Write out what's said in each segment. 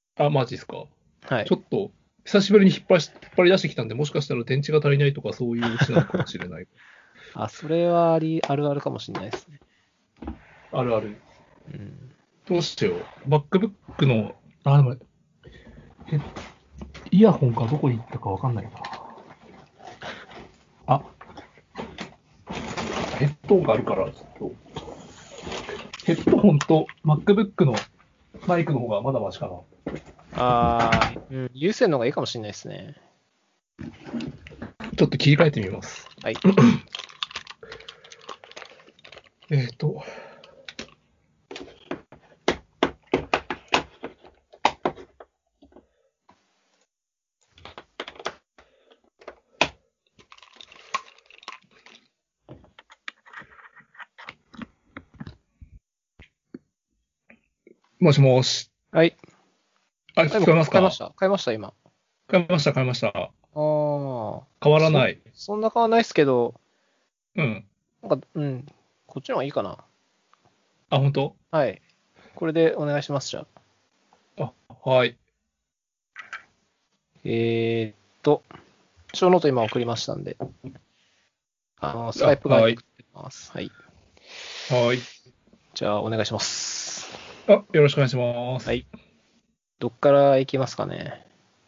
あ、マジですか。 はい。 ちょっと、久しぶりに引っ張り出してきたんで、もしかしたら電池が足りないとかそういうオチなのかもしれない。 あ、それはあるあるかもしれないですね。 あるある。 うん。 どうしよう。MacBook の、あ、でも、えイヤホンかどこに行ったかわかんないな。あ、ヘッドホンがあるから、ちょっと、ヘッドホンと MacBook のマイクの方がまだマシかな。 うん、有線の方がいいかもしれないですね。 ちょっと切り替えてみます。 はい。 えっ、と、もしもし。 はい。 あ、 あ、で聞もこえますか？ 買いました、今。 買いました、買いました。 ああ、 変わらない。 そんな変わらないですけど、 うん。 うん、こっちの方がいいかな。 あ、本当？ はい。これでお願いします、じゃあ。 あ、はい。 えーっと、小ノート今送りましたんで、スカイプ側にはい。 送ってます。はい。 はい。 じゃあ、お願いします。 あ、よろしくお願いします。 はい。どっから行きますかね。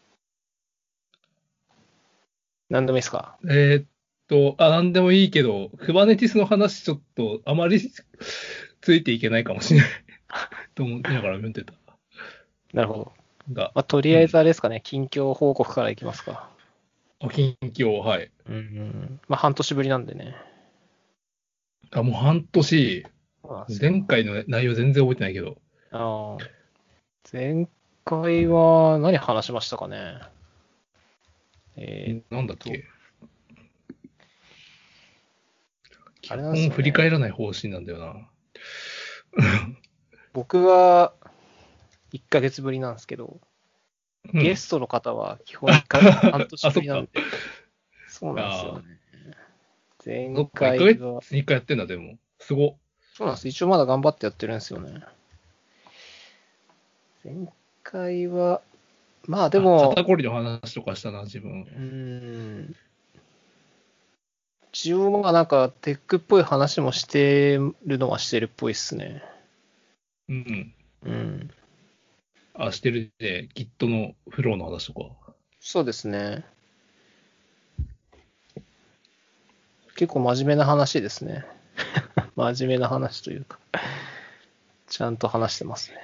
何でもいいですか？ なんでもいいけど、Kubernetes の話ちょっとあまりついていけないかもしれないと思いながら読んでた。 なるほど。 が、 まあ、とりあえずうん。 あれですかね、近況報告からいきますか。 近況、はい。 うん。まあ、半年ぶりなんでね。 あ、もう半年、 そうなんですよ。 前回の内容全然覚えてないけど、 ああ、前回は何話しましたかね。えーっなんだっと、 け。基あれなんです本振りよね。 返らない方針なんだよな。 僕は1ヶ月ぶりなんですけど、 うん。 ゲストの方は基本半あ、 年ぶそっか。 りなんで、そうなんですよね。 あ前そっか、1ヶ回は、 月に1回やってんだ、でも。すご。 そうなんです。一応まだ頑張ってやってるんですよね。前回は、まあであ、 も、 肩こりの話とかしたな、自分。 一応まあなんかテックっぽい話もしてるのはしてるっぽいっすね。 うん。 うん。 あ、してるで、Git のフローの話とか。 そうですね。結構真面目な話ですね。真面目な話というか、ちゃんと話してますね。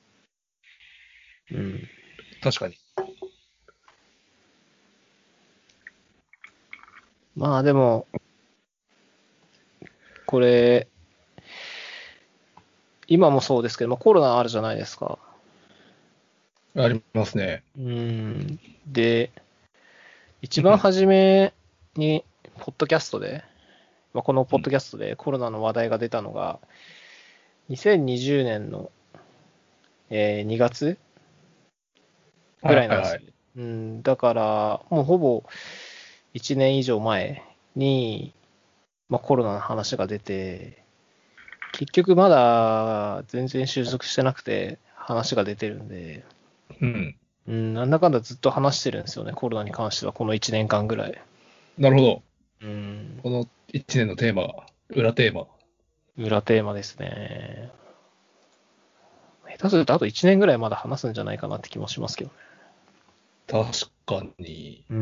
うん。 確かに。 まあでも、これ、今もそうですけど、まあコロナあるじゃないですか。 ありますね。 うん。で、一番うん。 初めに、ポッドキャストで、まあ、このポッドキャストでコロナの話題が出たのが、2020年の、2月ぐはいはいはい。 らいなんですよ。うん、だから、もうほぼ1年以上前に、まあ、コロナの話が出て、結局まだ全然収束してなくて話が出てるんで、 うん。 うん、なんだかんだずっと話してるんですよね、コロナに関しては、この1年間ぐらい。 なるほど。 うん、 この1年のテーマ、裏テーマ。 裏テーマですね。下手するとあと1年ぐらいまだ話すんじゃないかなって気もしますけどね。 確かに。 うん、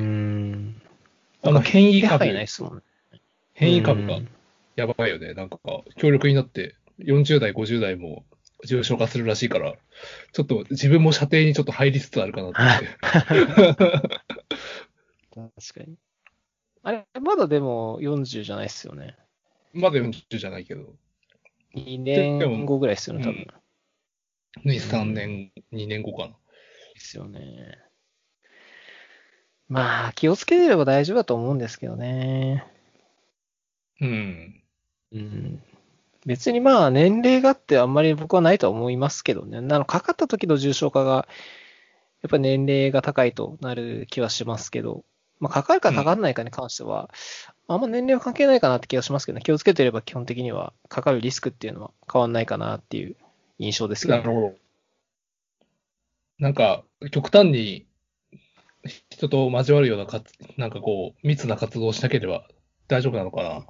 なんかあの変異気配ない株、 ですもんね。う変異株がん、 やばいよね。なんか、強力になって、40代、50代も重症化するらしいから、ちょっと自分も射程にちょっと入りつつあるかなって。 確かに。あれ、まだでも40じゃないっすよね。 まだ40じゃないけど。 2 でも、 年後ぐらいっすよね、多分。 うん。2、 う 3 ん。 年、2年後かな。 ですよね。まあ、気をつければ大丈夫だと思うんですけどね。 うん。 うん。別にまあ、年齢があってあんまり僕はないとは思いますけどね。かかった時の重症化が、やっぱり年齢が高いとなる気はしますけど、まあ、かかるかうん。 かかんないかに関しては、あんま年齢は関係ないかなって気がしますけどね。気をつけてれば基本的にはかかるリスクっていうのは変わんないかなっていう印象ですけどね。 なるほど。 なんか、極端に人と交わるようななんかこう、密な活動をしなければ大丈夫なのかな。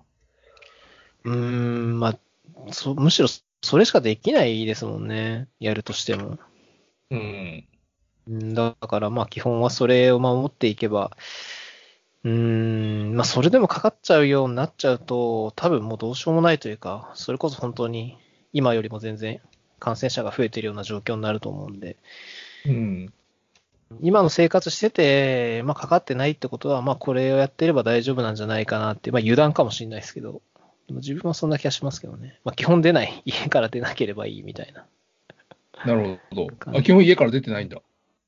まあ、むしろそれしかできないですもんね。やるとしても。 うん。 だからまあ基本はそれを守っていけば、まあそれでもかかっちゃうようになっちゃうと、多分もうどうしようもないというか、それこそ本当に今よりも全然感染者が増えているような状況になると思うんで、 うん。 今の生活してて、まあかかってないってことは、まあこれをやってれば大丈夫なんじゃないかなって、まあ油断かもしれないですけど、でも自分はそんな気がしますけどね。まあ基本出ない。家から出なければいいみたいななるほど。あ、 感じ。 基本家から出てないんだ。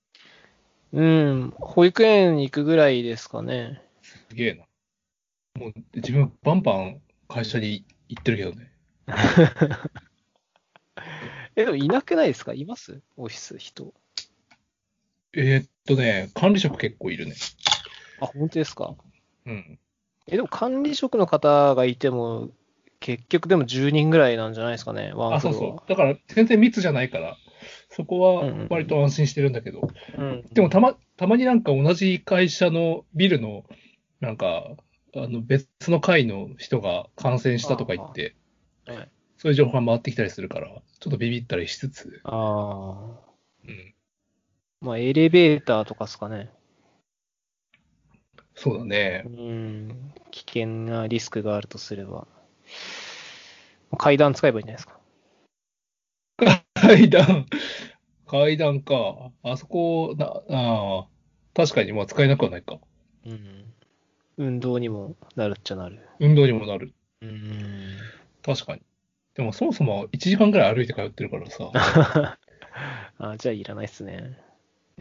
保育園行くぐらいですかね。 すげえな。もう自分バンバン会社に行ってるけどね。 でもいなくないですか？いますオフィス人。 管理職結構いるね。 あ、本当ですか？ うん。 でも管理職の方がいても、結局でも10人ぐらいなんじゃないですかね、ワンあ、 フロそうそう。だから全然密じゃないから、そこア。うは割んと安心してるんだけど。 うん。 でもたまになんか同じ会社のビルの、なんか、別の階の人が感染したとか言っあて、 あ、はい。 そういう情報が回ってきたりするから、ちょっとビビったりしつつ、 ああ、 うん。 まあエレベーターとかですかね。 そうだね。 危険なリスクがあるとすれば。階段使えばいいんじゃないですか。 階段、階段か。あそこ、確かにまあ使えなくはないか。 うん。運動にもなるっちゃなる。 運動にもなる。 うん。 確かに。でもそもそも1時間ぐらい歩いて通ってるからさ。 じゃあいらないっすね。 うん。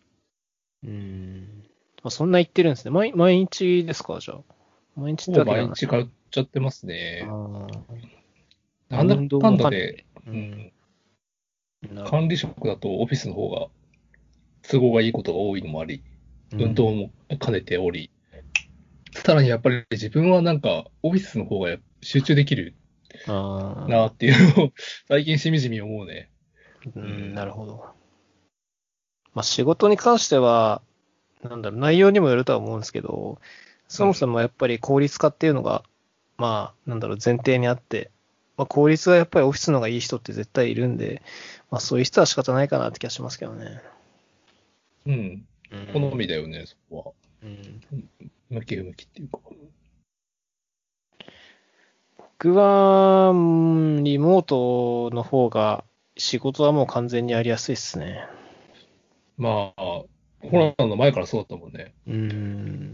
そんな言ってるんですね。毎日ですかじゃあ。毎日ってほぼわけではない。 毎日通っちゃってますね。 あなんだ運動かんも兼ねだで、 て。 うん、 なるほど。 管理職だとオフィスの方が都合がいいことが多いのもあり、 うん。 運動も兼ねており、さらにやっぱり自分はなんかオフィスの方が集中できるなあっていうのを最近しみじみ思うね。うん。 なるほど。まあ、仕事に関しては、内容にもよるとは思うんですけど、そもそうん。 もやっぱり効率化っていうのが、まあ、前提にあって、まあ、効率がやっぱりオフィスの方がいい人って絶対いるんで、まあ、そういう人は仕方ないかなって気がしますけどね。 うん。好うん。 みだよね、そこは。 うん。 うん向き不向きっていうか。 僕は、リモートの方が仕事はもう完全にやりやすいっすね。 まあ、コうん。 ロナの前からそうだったもんね。 うん。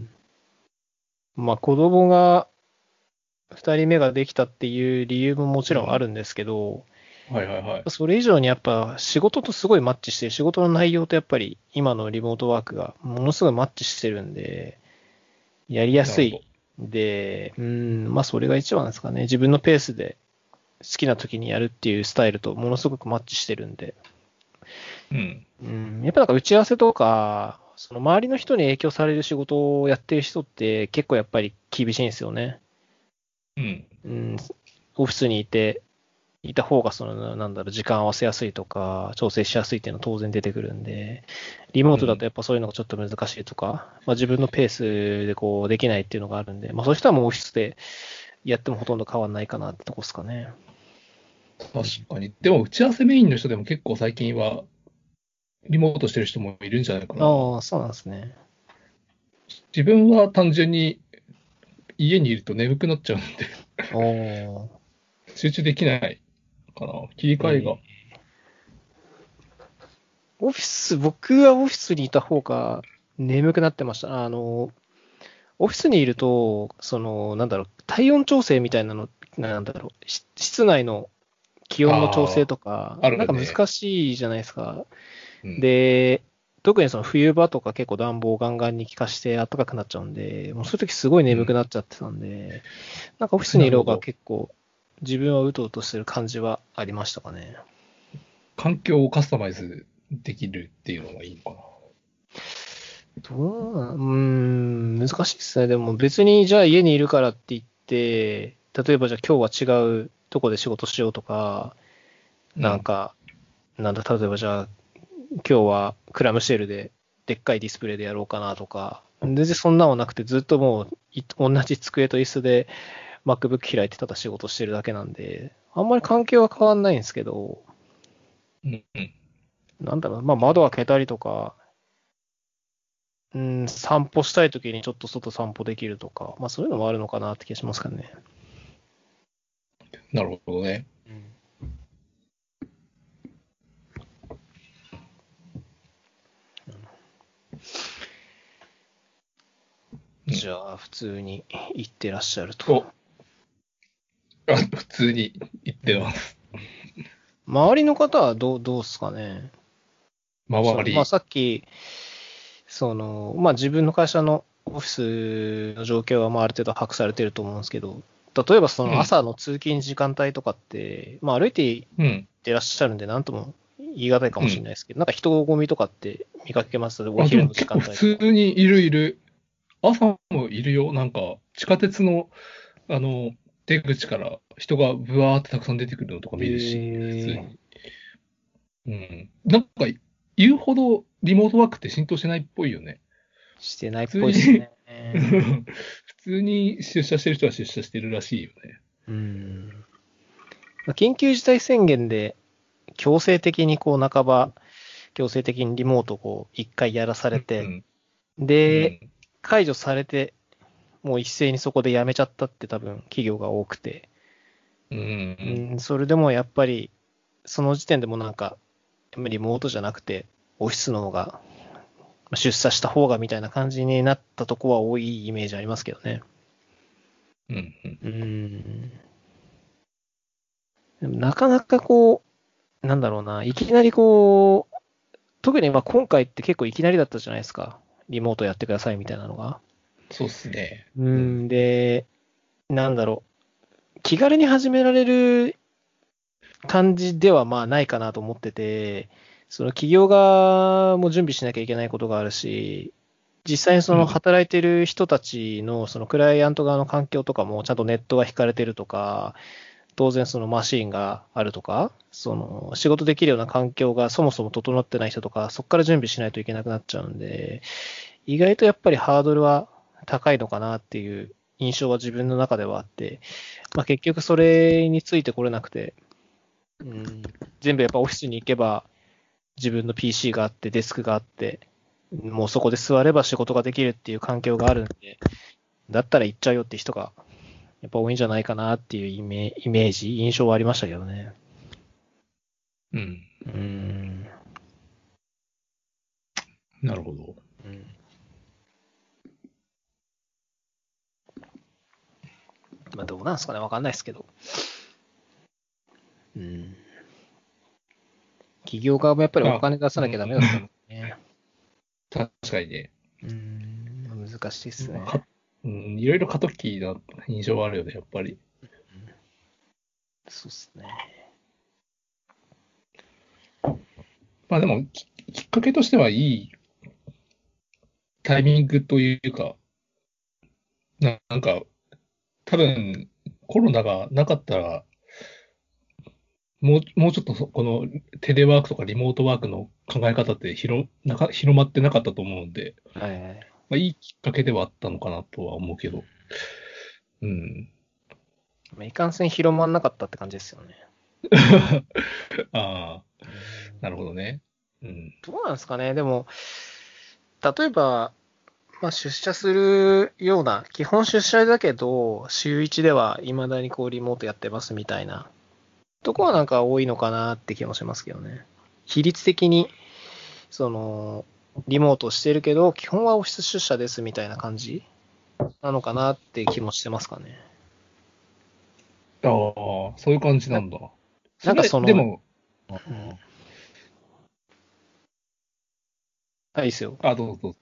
まあ子供が二人目ができたっていう理由ももちろんあうん。 るんですけど、 はいはいはい。 それ以上にやっぱ仕事とすごいマッチしてる、仕事の内容とやっぱり今のリモートワークがものすごいマッチしてるんで、やりやなるほど。 すい。で、まあそれが一番ですかね。自分のペースで好きな時にやるっていうスタイルとものすごくマッチしてるんで。 うん。 やっぱ打ち合わせとか、その周りの人に影響される仕事をやってる人って結構やっぱり厳しいんですよね。 うん。 オフィスにいた方が時間合わせやすいとか、調整しやすいっていうのは当然出てくるんで、リモートだとうん。 やっぱそういうのがちょっと難しいとか、まあ自分のペースでこうできないっていうのがあるんで、まあそういう人はもうオフィスでやってもほとんど変わんないかなってとこですかね。 確かに。でも、打ち合わせメインの人でも結構最近はリモートしてる人もいるんじゃないかな。 ああ、そうなんですね。 自分は単純に家にいると眠くなっちゃうんでおー、 集中できないかな。切り替えが。 え僕はオフィスにいた方が眠くなってました。オフィスにいると、体温調整みたいなの、室内の気温の調整あとか、 あ、あなんかるね。 難しいじゃないですか。 うん。 で、特にその冬場とか結構暖房をガンガンに効かして暖かくなっちゃうんで、もうそういう時すごい眠くうん。 なっちゃってたんで、なんかオフィスにいる方がなるほど。 結結構自分はうとうとしてる感じはありましたかね。 環境をカスタマイズできるっていうのがいいのかな。 難しいですね。でも別にじゃあ家にいるからって言って、例えばじゃあ今日は違うとこで仕事しようとか、 うん。 例えばじゃあ今日はクラムシェルででっかいディスプレイでやろうかなとか、全然そんなのなくてずっともう同じ机と椅子で MacBook 開いてただ仕事してるだけなんで、あんまり環境は変わんないんですけど、 うんうん。 なんだろう、まあ窓開けたりとか、散歩したい時にちょっと外散歩できるとか、まあそういうのもあるのかなって気がしますかね。 なるほどね。 じゃあ普通に行ってらっしゃると。 普通に言ってます。 周りの方はどうすかね。 周り。 まあさっき、まあ自分の会社のオフィスの状況はまあある程度把握されてると思うんですけど、例えばその朝の通勤時間帯とかって、まあ歩いて行ってらっしゃるんで何とも言い難いかもしれないですけど、なんか人混みとかって見かけますお昼の時間帯とか。 結構普通にいる。朝もいるよ。なんか、地下鉄の、出口から人がブワーってたくさん出てくるのとか見るし、普通に。うん。なんか、言うほどリモートワークって浸透してないっぽいよね。 してないっぽいですね。 普通に出社してる人は出社してるらしいよね。 緊急事態宣言で強制的に半ば強制的にリモートを一回やらされて、で、解除されて、もう一斉にそこで辞めちゃったって多分企業が多くて、それでもやっぱりその時点でもなんかリモートじゃなくてオフィスの方が出社した方がみたいな感じになったとこは多いイメージありますけどね。でもなかなかなんだろうな、いきなり特に今回って結構いきなりだったじゃないですか。リモートやってくださいみたいなのが。 そうっすね。 で、なんだろう、気軽に始められる感じではまあないかなと思ってて、その企業側も準備しなきゃいけないことがあるし、実際にその働いてる人たちのそのクライアント側の環境とかもちゃんとネットが引かれてるとか、当然そのマシーンがあるとか、その仕事できるような環境がそもそも整ってない人とか、そこから準備しないといけなくなっちゃうんで、意外とやっぱりハードルは高いのかなっていう印象は自分の中ではあって、まあ結局それについてこれなくて、全部やっぱオフィスに行けば自分の PC があってデスクがあって、もうそこで座れば仕事ができるっていう環境があるんで、だったら行っちゃうよって人がやっぱ多いんじゃないかなっていうイメージ、印象はありましたけどね。 なるほど。 まあどうなんですかね、わかんないですけど。企業側もやっぱりお金出さなきゃダメだったんですね。 確かにね。 難しいですね。 いろいろ過渡期な印象はあるよね、やっぱり。 そうっすね。 まあでも、きっかけとしてはいいタイミングというか、なんか、多分、コロナがなかったら、もうちょっとこのテレワークとかリモートワークの考え方って広まってなかったと思うんで、まあ、いいきっかけではあったのかなとは思うけど、 いかんせん広まんなかったって感じですよね。 ああ、なるほどね。 どうなんですかね。でも、例えば、まあ、出社するような、基本出社だけど、週1では未だにリモートやってますみたいなとこはなんか多いのかなって気もしますけどね。比率的に、リモートしてるけど、基本はオフィス出社ですみたいな感じなのかなって気もしてますかね。 ああ、そういう感じなんだ。 なんかでも、 いいっすよ。 どうぞ。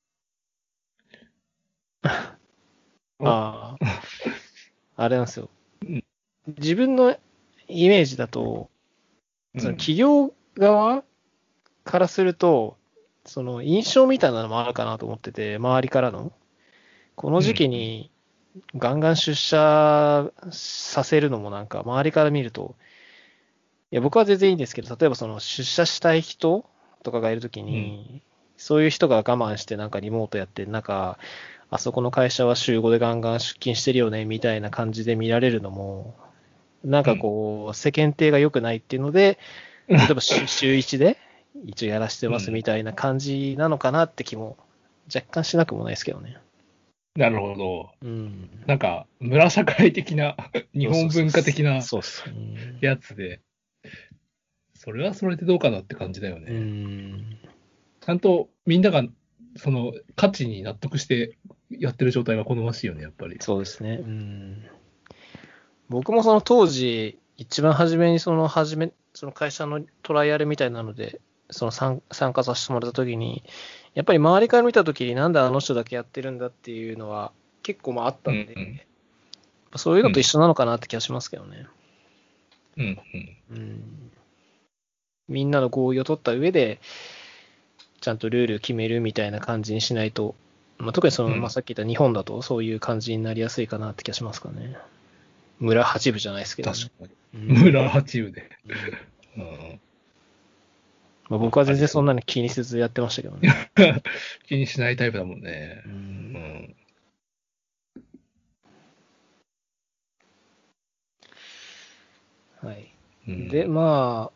あれなんですよ。自分のイメージだと、その企業側からすると、その印象みたいなのもあるかなと思ってて、周りからの。この時期にガンガン出社させるのもなんか、周りから見ると、いや、僕は全然いいんですけど、例えばその出社したい人とかがいるときに、そういう人が我慢してなんかリモートやって、なんか、あそこの会社は週5でガンガン出勤してるよね、みたいな感じで見られるのも、なんかこう、世間体が良くないっていうので、例えば週1で一応やらせてますみたいな感じなのかなって気も若干しなくもないですけどね。 なるほど。 うん。 なんか、村社会的な、日本文化的なそうそう。 やつで、それはそれでどうかなって感じだようね。 ん。 ちゃんとみんなが、その価値に納得してやってる状態が好ましいよね、やっぱり。 そうですね。うん。僕もその当時、一番初めにその会社のトライアルみたいなので、その参加させてもらった時に、やっぱり周りから見た時になんであの人だけやってるんだっていうのは結構あったんで、そういうのと一緒なのかなって気がしますけどね。みんなの合意を取った上で、ちゃんとルール決めるみたいな感じにしないと、特にさっき言った日本だとそういう感じになりやすいかなって気がしますかね。村八部じゃないですけど、ね。 確かに。村八部で。 僕は全然そんなに気にせずやってましたけどね。 気にしないタイプだもんね。 はい。で、はい。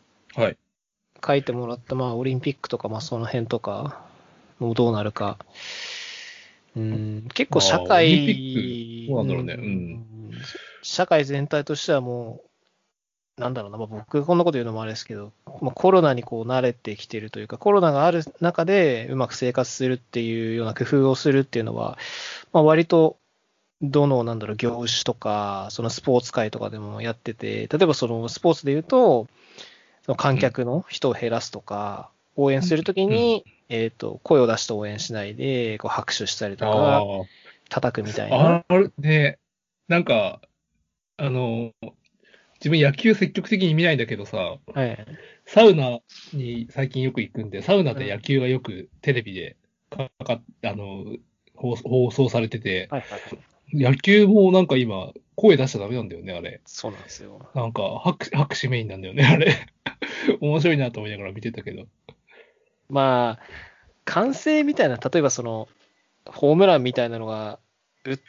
書いてもらったオリンピックとかその辺とかどうなるか。結構社会、 オリンピックどうなんだろうね。 社会全体としてはもう、なんだろうな、僕がこんなこと言うのもあれですけど、コロナに慣れてきてるというか、コロナがある中でうまく生活するっていうような工夫をするっていうのは、割とどの、業種とか、そのスポーツ界とかでもやってて、例えばそのスポーツで言うと、その観客の人を減らすとか、応援するときに、声を出して応援しないで、拍手したりとか、叩くみたいな。 ね、なんか、自分野球積極的に見ないんだけどさ、サウナに最近よく行くんで、サウナで野球がよくテレビで放送されてて、野球もなんか今、声出しちゃダメなんだよね、あれ。 そうなんですよ。 なんか拍手メインなんだよね、あれ。面白いなと思いながら見てたけど。 歓声みたいな、例えばホームランみたいなのが打って、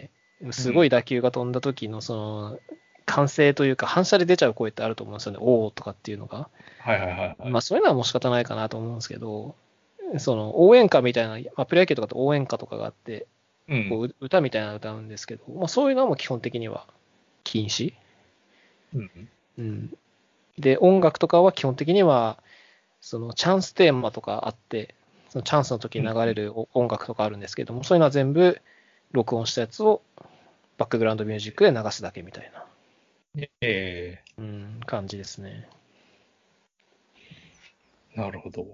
すごい打球が飛んだ時の歓声というか、反射で出ちゃう声ってあると思うんですよね。おーとかっていうのが。そういうのはもう仕方ないかなと思うんですけど、応援歌みたいな、プロ野球とかって応援歌とかがあって、歌みたいなの歌うんですけど、そういうのも基本的には禁止。で、音楽とかは基本的には、チャンステーマとかあって、そのチャンスの時に流れる音楽とかあるんですけども、そういうのは全部録音したやつをバックグラウンドミュージックで流すだけみたいな、感じですね。 なるほど。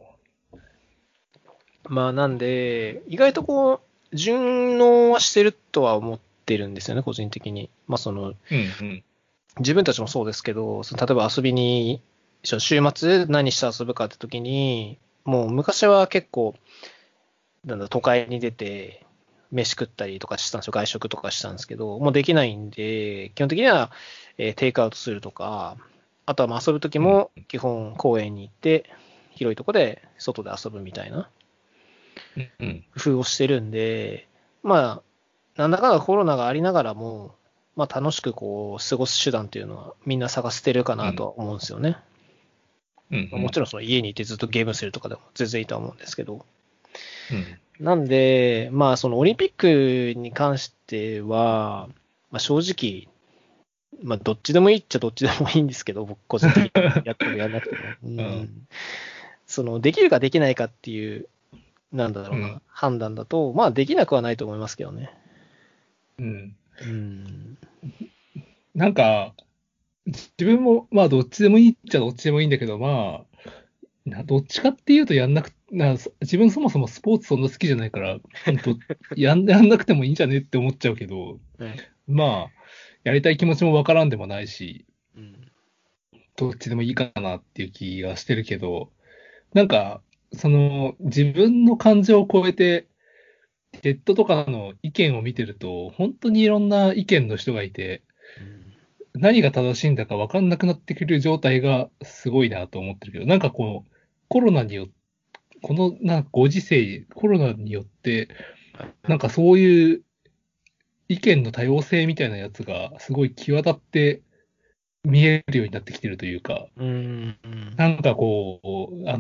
なんで、意外と順応はしてるとは思ってるんですよね、個人的に。自分たちもそうですけど、例えば遊びに、週末何して遊ぶかって時に、もう昔は結構、都会に出て、飯食ったりとかしたんですよ。外食とかしたんですけど、もうできないんで、基本的には、テイクアウトするとか、あとは遊ぶ時も基本公園に行って、広いとこで外で遊ぶみたいな工夫をしてるんで、なんだかんだコロナがありながらも、楽しく過ごす手段っていうのはみんな探してるかなとは思うんですよね。もちろん家にいてずっとゲームするとかでも全然いいとは思うんですけど。なんで、オリンピックに関しては、正直、どっちでもいいっちゃどっちでもいいんですけど、僕個人的にやってもやらなくても。できるかできないかっていう、判断だと、できなくはないと思いますけどね。 なんか、自分も、どっちでもいいっちゃどっちでもいいんだけど、どっちかっていうと自分そもそもスポーツそんな好きじゃないから、やんなくてもいいんじゃねって思っちゃうけど、やりたい気持ちもわからんでもないし、どっちでもいいかなっていう気がしてるけど、自分の感情を超えて、ネットとかの意見を見てると、本当にいろんな意見の人がいて、何が正しいんだか分かんなくなってくる状態がすごいなと思ってるけど、 コロナによって、このなんかご時世、コロナによって、なんかそういう意見の多様性みたいなやつがすごい際立って見えるようになってきてるというか、 うん。 なんかこう、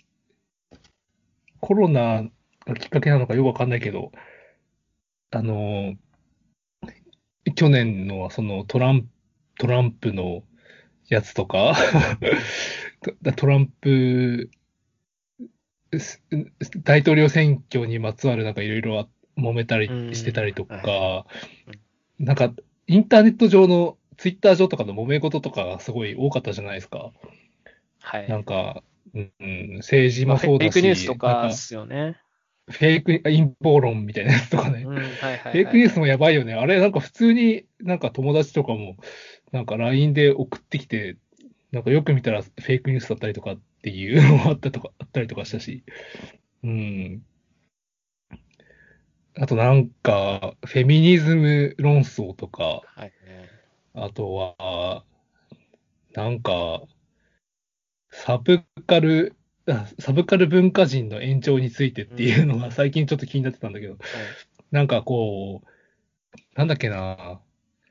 コロナがきっかけなのかよくわかんないけど、あの、去年のそのトランプのやつとか、トランプす大統領選挙にまつわるなんかいろいろ揉めたうりしてたん。 りとはいはい。 か、なんかインターネット上のツイッター上とかの揉め事とかがすごい多かったじゃないですか。 はい。 なんか、政治まあ、 もそうフェイクニュースとだし、なんかっかすよね。 フェイク、陰謀論みたいなやつとかね。 うん。はいはフいはいはい。 ェイクニュースもやばいよね。あれなんか普通になんか友達とかもなんか LINE で送ってきて、なんかよく見たらフェイクニュースだったりとかっていうのもあったりとかしたし。うん。あとなんか、フェミニズム論争とか、 はいね。 あとは、なんか、サブカル、サブカル文化人の延長についてっうていうのがん。 最近ちょっと気になってたんだけど、 はい。 なんかこう、なんだっけな、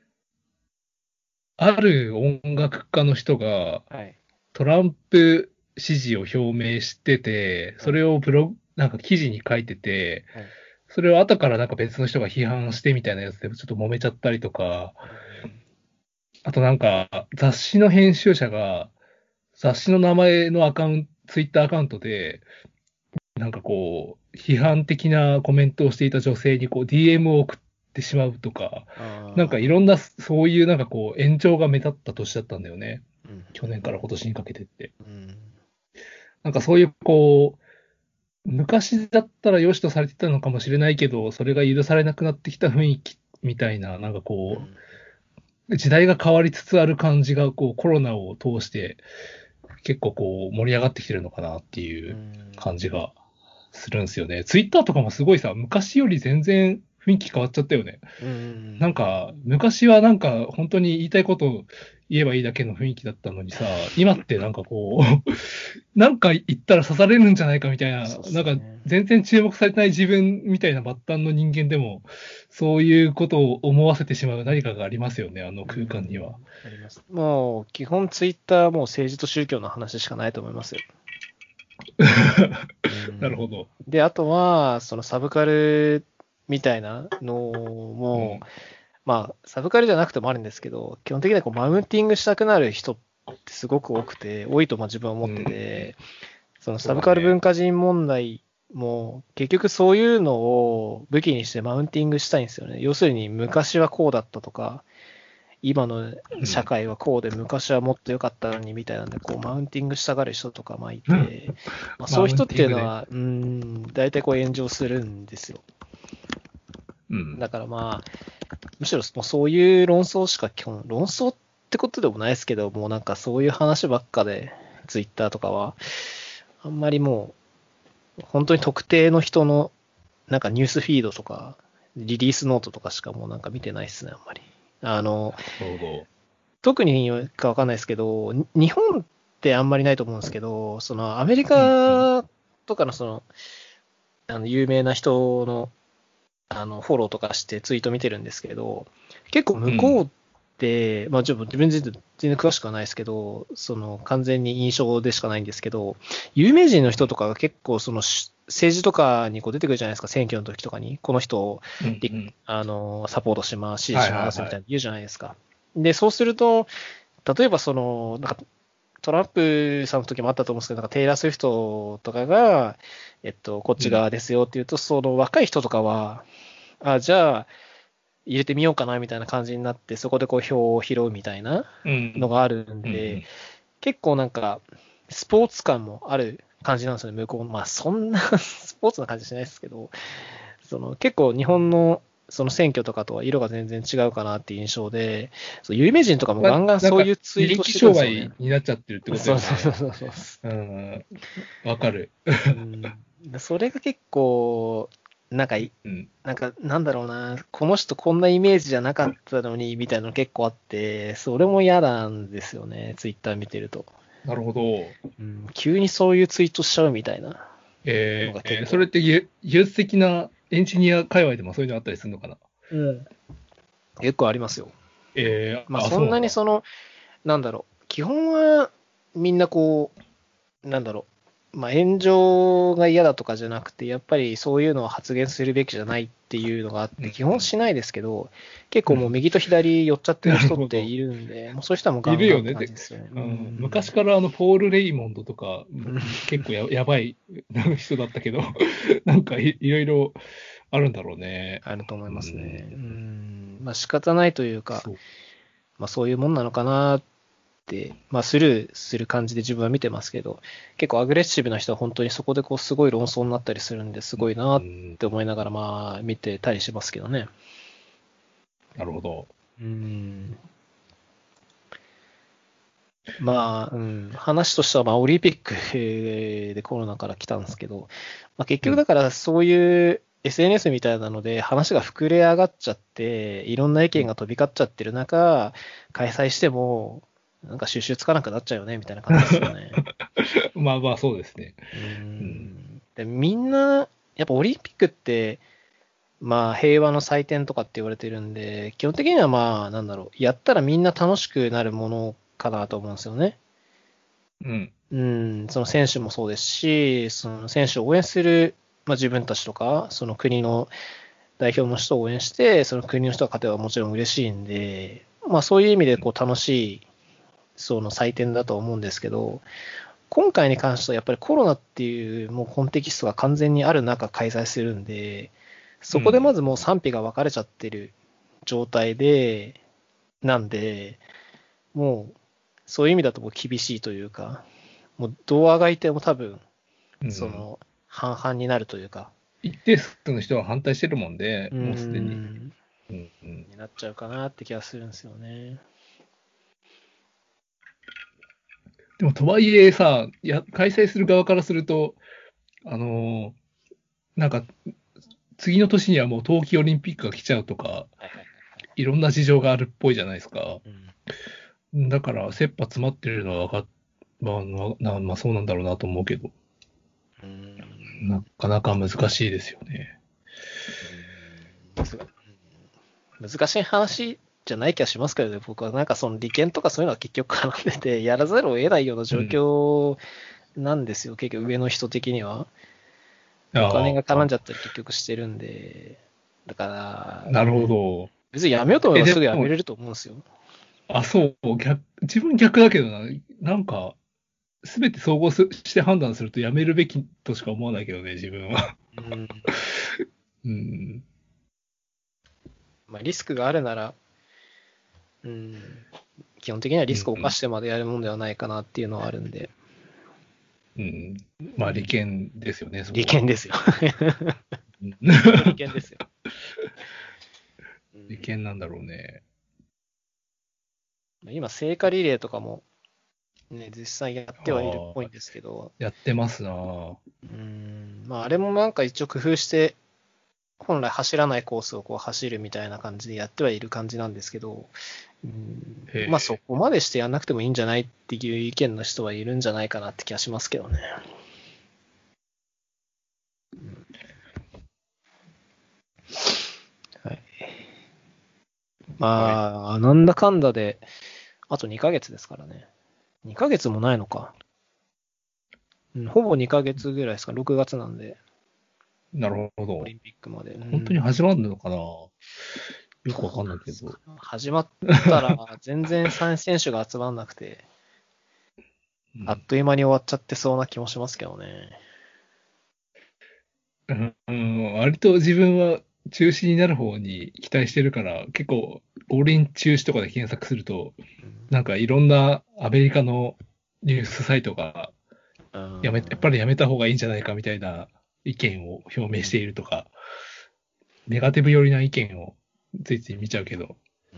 ある音楽家の人がはい。 トランプ支持を表明してて、そはい。 れをなんか記事に書いてて、 はい。 それを後からなんか別の人が批判してみたいなやつでちょっと揉めちゃったりとか、 うん。 あとなんか雑誌の編集者が雑誌の名前のツイッターアカウントで、なんかこう、批判的なコメントをしていた女性にこう DM を送ってしまうとか、なんかいああ。 ろんなそういうなんかこう炎上が目立った年だったんだよね。 うん。 去年から今年にかけてって。 うん。 なんかそういうこう、昔だったら良しとされてたのかもしれないけど、それが許されなくなってきた雰囲気みたいな、なんかこうん。 う、時代が変わりつつある感じが、こう、コロナを通して結構こう、盛り上がってきてるのかなっていううん。 感じがするんですよね。ツイッターとかもすごいさ、昔より全然雰囲気変わっちゃったよね。 うん。 なんか、昔はなんか、本当に言いたいことを言えばいいだけの雰囲気だったのにさ、今ってなんかこう、なんか言ったら刺されるんじゃないかみたいな、 そうっなんかすね。 全然注目されてない自分みたいな末端の人間でも、そういうことを思わせてしまう何かがありますよね、あのう空間には。 ん。あります。もう、基本ツイッターはもう政治と宗教の話しかないと思いますよ。うなるほん。 ど。 で、あとは、そのサブカルみたいなのも、 うん。 まあ、サブカルじゃなくてもあるんですけど、基本的にはこうマウンティングしたくなる人ってすごく多くて、多いとまあ自分は思ってうん。 て、そのそうサブカル文だね。 化人問題も結局そういうのを武器にしてマウンティングしたいんですよね。要するに昔はこうだったとか、今の社会はこうで昔はもっと良かったのにみたいなんで、こうマウンティングしたがる人とかまあいうん。 て、まあ、そうマウンいう人っティングね。 ていうのは、大体こう炎上するんですよ。 うん。 だからまあ、むしろもうそういう論争しか基本、論争ってことでもないですけど、もうなんかそういう話ばっかで、ツイッターとかは、あんまりもう、本当に特定の人の、なんかニュースフィードとか、リリースノートとかしかもうなんか見てないですね、あんまり。 なるほど。 特にかわかんないですけど、日本ってあんまりないと思うんですけど、そのアメリうん。うん。 カとかのその、有名な人のフォローとかしてツイート見てるんですけど、結構うん。 向こうって、まあ、ちょっと自分全然詳しくはないですけど、その完全に印象でしかないんですけど、有名人の人とかが結構その政治とかにこう出てくるじゃないですか、選挙の時とかに、この人をうん。うん。 サポートします、支持はいしますみはいはい。 たいな言うじゃないですか。で、そうすると、例えばその、なんかトランプさんの時もあったと思うんですけど、なんかテイラー・スウィフトとかが、こっうん。 ち側ですよっていうと、その若い人とかは、じゃあ、入れてみようかなみたいな感じになって、そこでこう票を拾うみたいなうん。 のがあるんうん。うで、 ん。 結構なんか、スポーツ感もある感じなんですよね、向こう。まあ、そんなスポーツな感じしないですけど、結構日本のその選挙とかとは色が全然違うかなっていう印象で、有名人とかもまあ、 ガンガンなんか、 そういうツイートしてるん人気商ですよね。 売になっちゃってるってことだそうそうよね。 そうそう。 うん。わかる。 うん、それが結構、なんかうん。 なんだろうな、この人こんなイメージじゃなかったのに、みたいなの結構あって、それも嫌なんですよね、ツイッター見てると。 なるほど。 うん、急にそういうツイートしちゃうみたいなのが結構。 それって技術的なエンジニア界隈でもそういうのあったりするのかな？ うん。結構ありますよ。まあそんそうなんだ。 なになんだろう、基本はみんなこう、なんだろう、まあ炎上が嫌だとかじゃなくて、やっぱりそういうのは発言するべきじゃないっていうのがあって、 うん、 基本しないですけど、結構もううん。 右と左寄っちゃってるなる人ってほど。 いるんで、もうそういう人はもうガンガンっているよね。で、 感じですよね。 うん、昔からポール・レイモンドとか、結構やばい人だったけど、なんかいろいろあるんだろうね。 あると思いうますね。 ん、 まあ仕方ないというか、 そう。 まあそういうもんなのかなって、まあスルーする感じで自分は見てますけど、結構アグレッシブな人は本当にそこでこうすごい論争になったりするんですごいなっうん、 て思いながらまあ見てたりしますけどね。 なるほど。 うん。まあ、話としてはまあオリンピックでコロナから来たんですけど、まあ結うん、 局だからそういう SNS みたいなので話が膨れ上がっちゃって、いろんな意うん。 見が飛び交っちゃってる中、開催しても、なんか収集つかなくなっちゃうよね、みたいな感じですよね。 まあまあ、そうですね。うん、 で、みんな、やっぱオリンピックって、まあ平和の祭典とかって言われてるんで、基本的にはまあ、なんだろう、やったらみんな楽しくなるものかなと思うんですよね。 うん、 その選手もそうですし、その選手を応援する、まあ、自分たちとか、その国の代表の人を応援して、その国の人が勝てばもちろん嬉しいんで、まあそういう意味でこう楽しい、その祭典だと思うんですけど、今回に関してはやっぱりコロナっていうもうコンテキストが完全にある中開催するんで、そこでまうん、 ずもう賛否が分かれちゃってる状態で、なんで、もうそういう意味だともう厳しいというか、もうどうあがいても多分、 うん。 その半々になるというか、 一定数の人は反対してるもんで、 うーもうすでに。 ん、 うん、うん。 になっちゃうかなって気がするんですよね。 でも、とはいえさ、開催する側からすると、あのーなんか、次の年にはもう冬季オリンピックが来ちゃうとか、 はいはい。 いろんな事情があるっぽいじゃないですか。 うん。 だから、切羽詰まってるのはまあ、まあ、そうなんだろうなと思うけど、 うーん。 なかなか難しいですよね。 難しい話じゃない気がしますけどね、僕はなんかその利権とかそういうのは結局絡んでて、やらざるを得ないような状うん。 況なんですよ、結局上の人的には。お金あが絡んあ、 じゃったり結局してるんで、だから、 なるほど。 別にやめようと思えばすでも、 ぐやめれると思うんですよ。 そう、自分逆だけどな、なんか、すべて総合して判断するとやめるべきとしか思わないけどね、自分は。 うん。 うん。 まあリスクがあるなら、うん、基本的にはリスクを冒うん。 してまでやるもんではないかなっていうのはあるんで、 うん。まあ、利権ですよね、そこは。 利権ですよ。 うん。 本当利権ですよ。 利権なんだろうね。 今、聖火リレーとかも、ね、実際やってはいるっああ、 ぽいんですけど、 やってますな。うまあ、あれもなんか一応工夫して、本来走らないコースをこう走るみたいな感じでやってはいる感じなんですけど、まあそへこまでしてやんなくてもいいんじゃないっていう意見の人はいるんじゃないかなって気がしますけどね。はい、 え。はい。 まあ、なんだかんだで、あと2ヶ月ですからね。2ヶ月もないのか。ほぼ2ヶ月ぐらいですか、6月なんで、 なるほど。 オリンピックまで。 本当に始まるのかな？よくわかんないけど。 始まったら全然選手が集まんなくて、あっという間に終わっちゃってそうな気もしますけどね。 うん、割と自分は中止になる方に期待してるから、結構、五輪中止とかで検索すると、なんかいろんなアメリカのニュースサイトが、やっぱりやめた方がいいんじゃないかみたいな意見を表明しているとか、ネガティブ寄りな意見をついつい見ちゃうけど。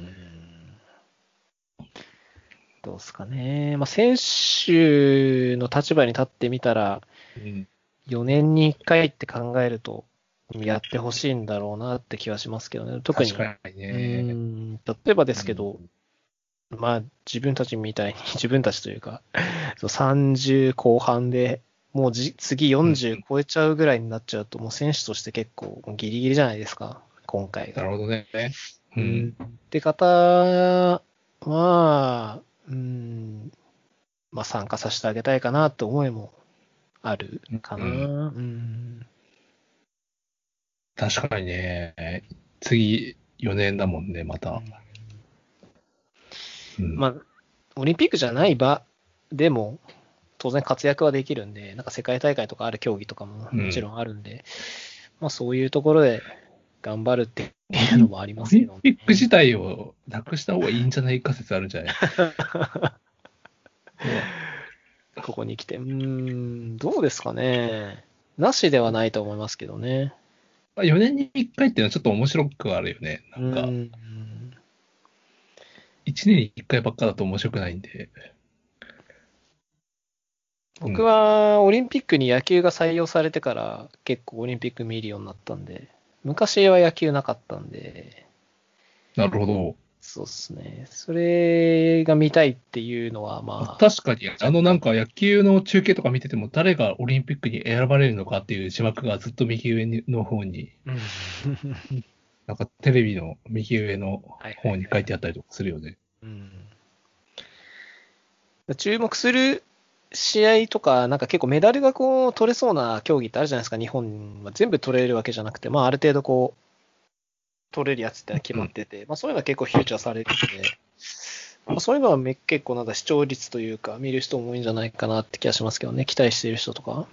どうですかね。まあ、選手の立場に立ってみたら、 うん、 4年に1回って考えると、やってほしいんだろうなって気はしますけどね。特に、 確かにね。 例えばですけど、 うん、 まあ自分たちみたいに、自分たちというか、そう30後半でもう次40超えちゃうぐらいになっちゃうと、もう選手として結構ギリギリじゃないですか、今回が。 なるほどね。 うん。って方は、まあ参加させてあげたいかなって思いもあるかな。 確かにね。次、4年だもんね、また。 まあ、オリンピックじゃない場でも、当然活躍はできるんで、なんか世界大会とかある競技とかももちろんあるんで、まあそういうところで頑張るっていうのもありますけどね。 オリンピック自体をなくした方がいいんじゃないか説あるんじゃないここに来て。どうですかね。なしではないと思いますけどね。 4年に1回っていうのはちょっと面白くはあるよね。なんか、1年に1回ばっかだと面白くないんで。 僕はオリンピックに野球が採用されてから結構オリンピック見るようになったんで、昔は野球なかったんで、 なるほど。 そうですね。それが見たいっていうのはまあ。 確かに、なんか野球の中継とか見てても、誰がオリンピックに選ばれるのかっていう字幕がずっと右上の方に、なんかテレビの右上の方に書いてあったりとかするよね。 注目する試合とか、なんか結構メダルがこう取れそうな競技ってあるじゃないですか、日本は全部取れるわけじゃなくて、まあある程度こう、取れるやつってのは決まってて、まあそういうのは結構フューチャーされてて、まあ、そういうのは結構なんか視聴率というか、見る人も多いんじゃないかなって気がしますけどね、期待している人とか。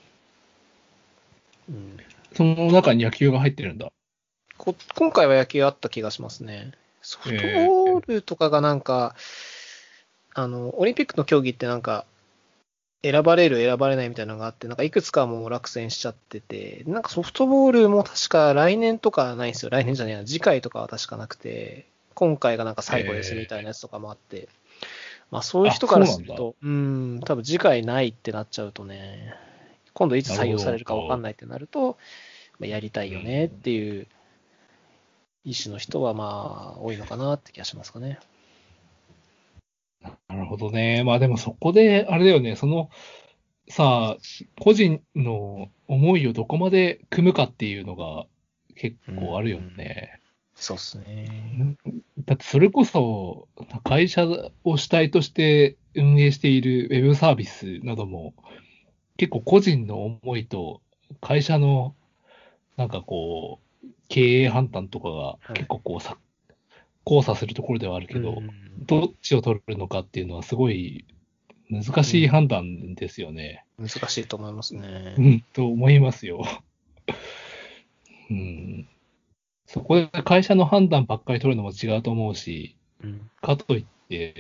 その中に野球が入ってるんだ。 今回は野球あった気がしますね。ソフトボールとかがなんか、オリンピックの競技ってなんか、選ばれる、選ばれないみたいなのがあって、なんかいくつかもう落選しちゃってて、なんかソフトボールも確か来年とかないんですよ。来年じゃねえな、次回とかは確かなくて、今回がなんか最後ですみたいなやつとかもあって、まあそういう人からすると、多分次回ないってなっちゃうとね、今度いつ採用されるか分かんないってなると、まあ、やりたいよねっていう意思の人はまあ多いのかなって気がしますかね。 なるほどね。まあでもそこで、あれだよね、さあ、個人の思いをどこまで組むかっていうのが結構あるよね。 そうっすね。 だってそれこそ、会社を主体として運営しているウェブサービスなども、結構個人の思いと会社のなんかこう、経営判断とかが結構こう交差するところではあるけど、どっちを取るのかっていうのはすごい難しい判断ですよね。 難しいと思いますね。 と思いますよ。そこで会社の判断ばっかり取るのも違うと思うし、かといって、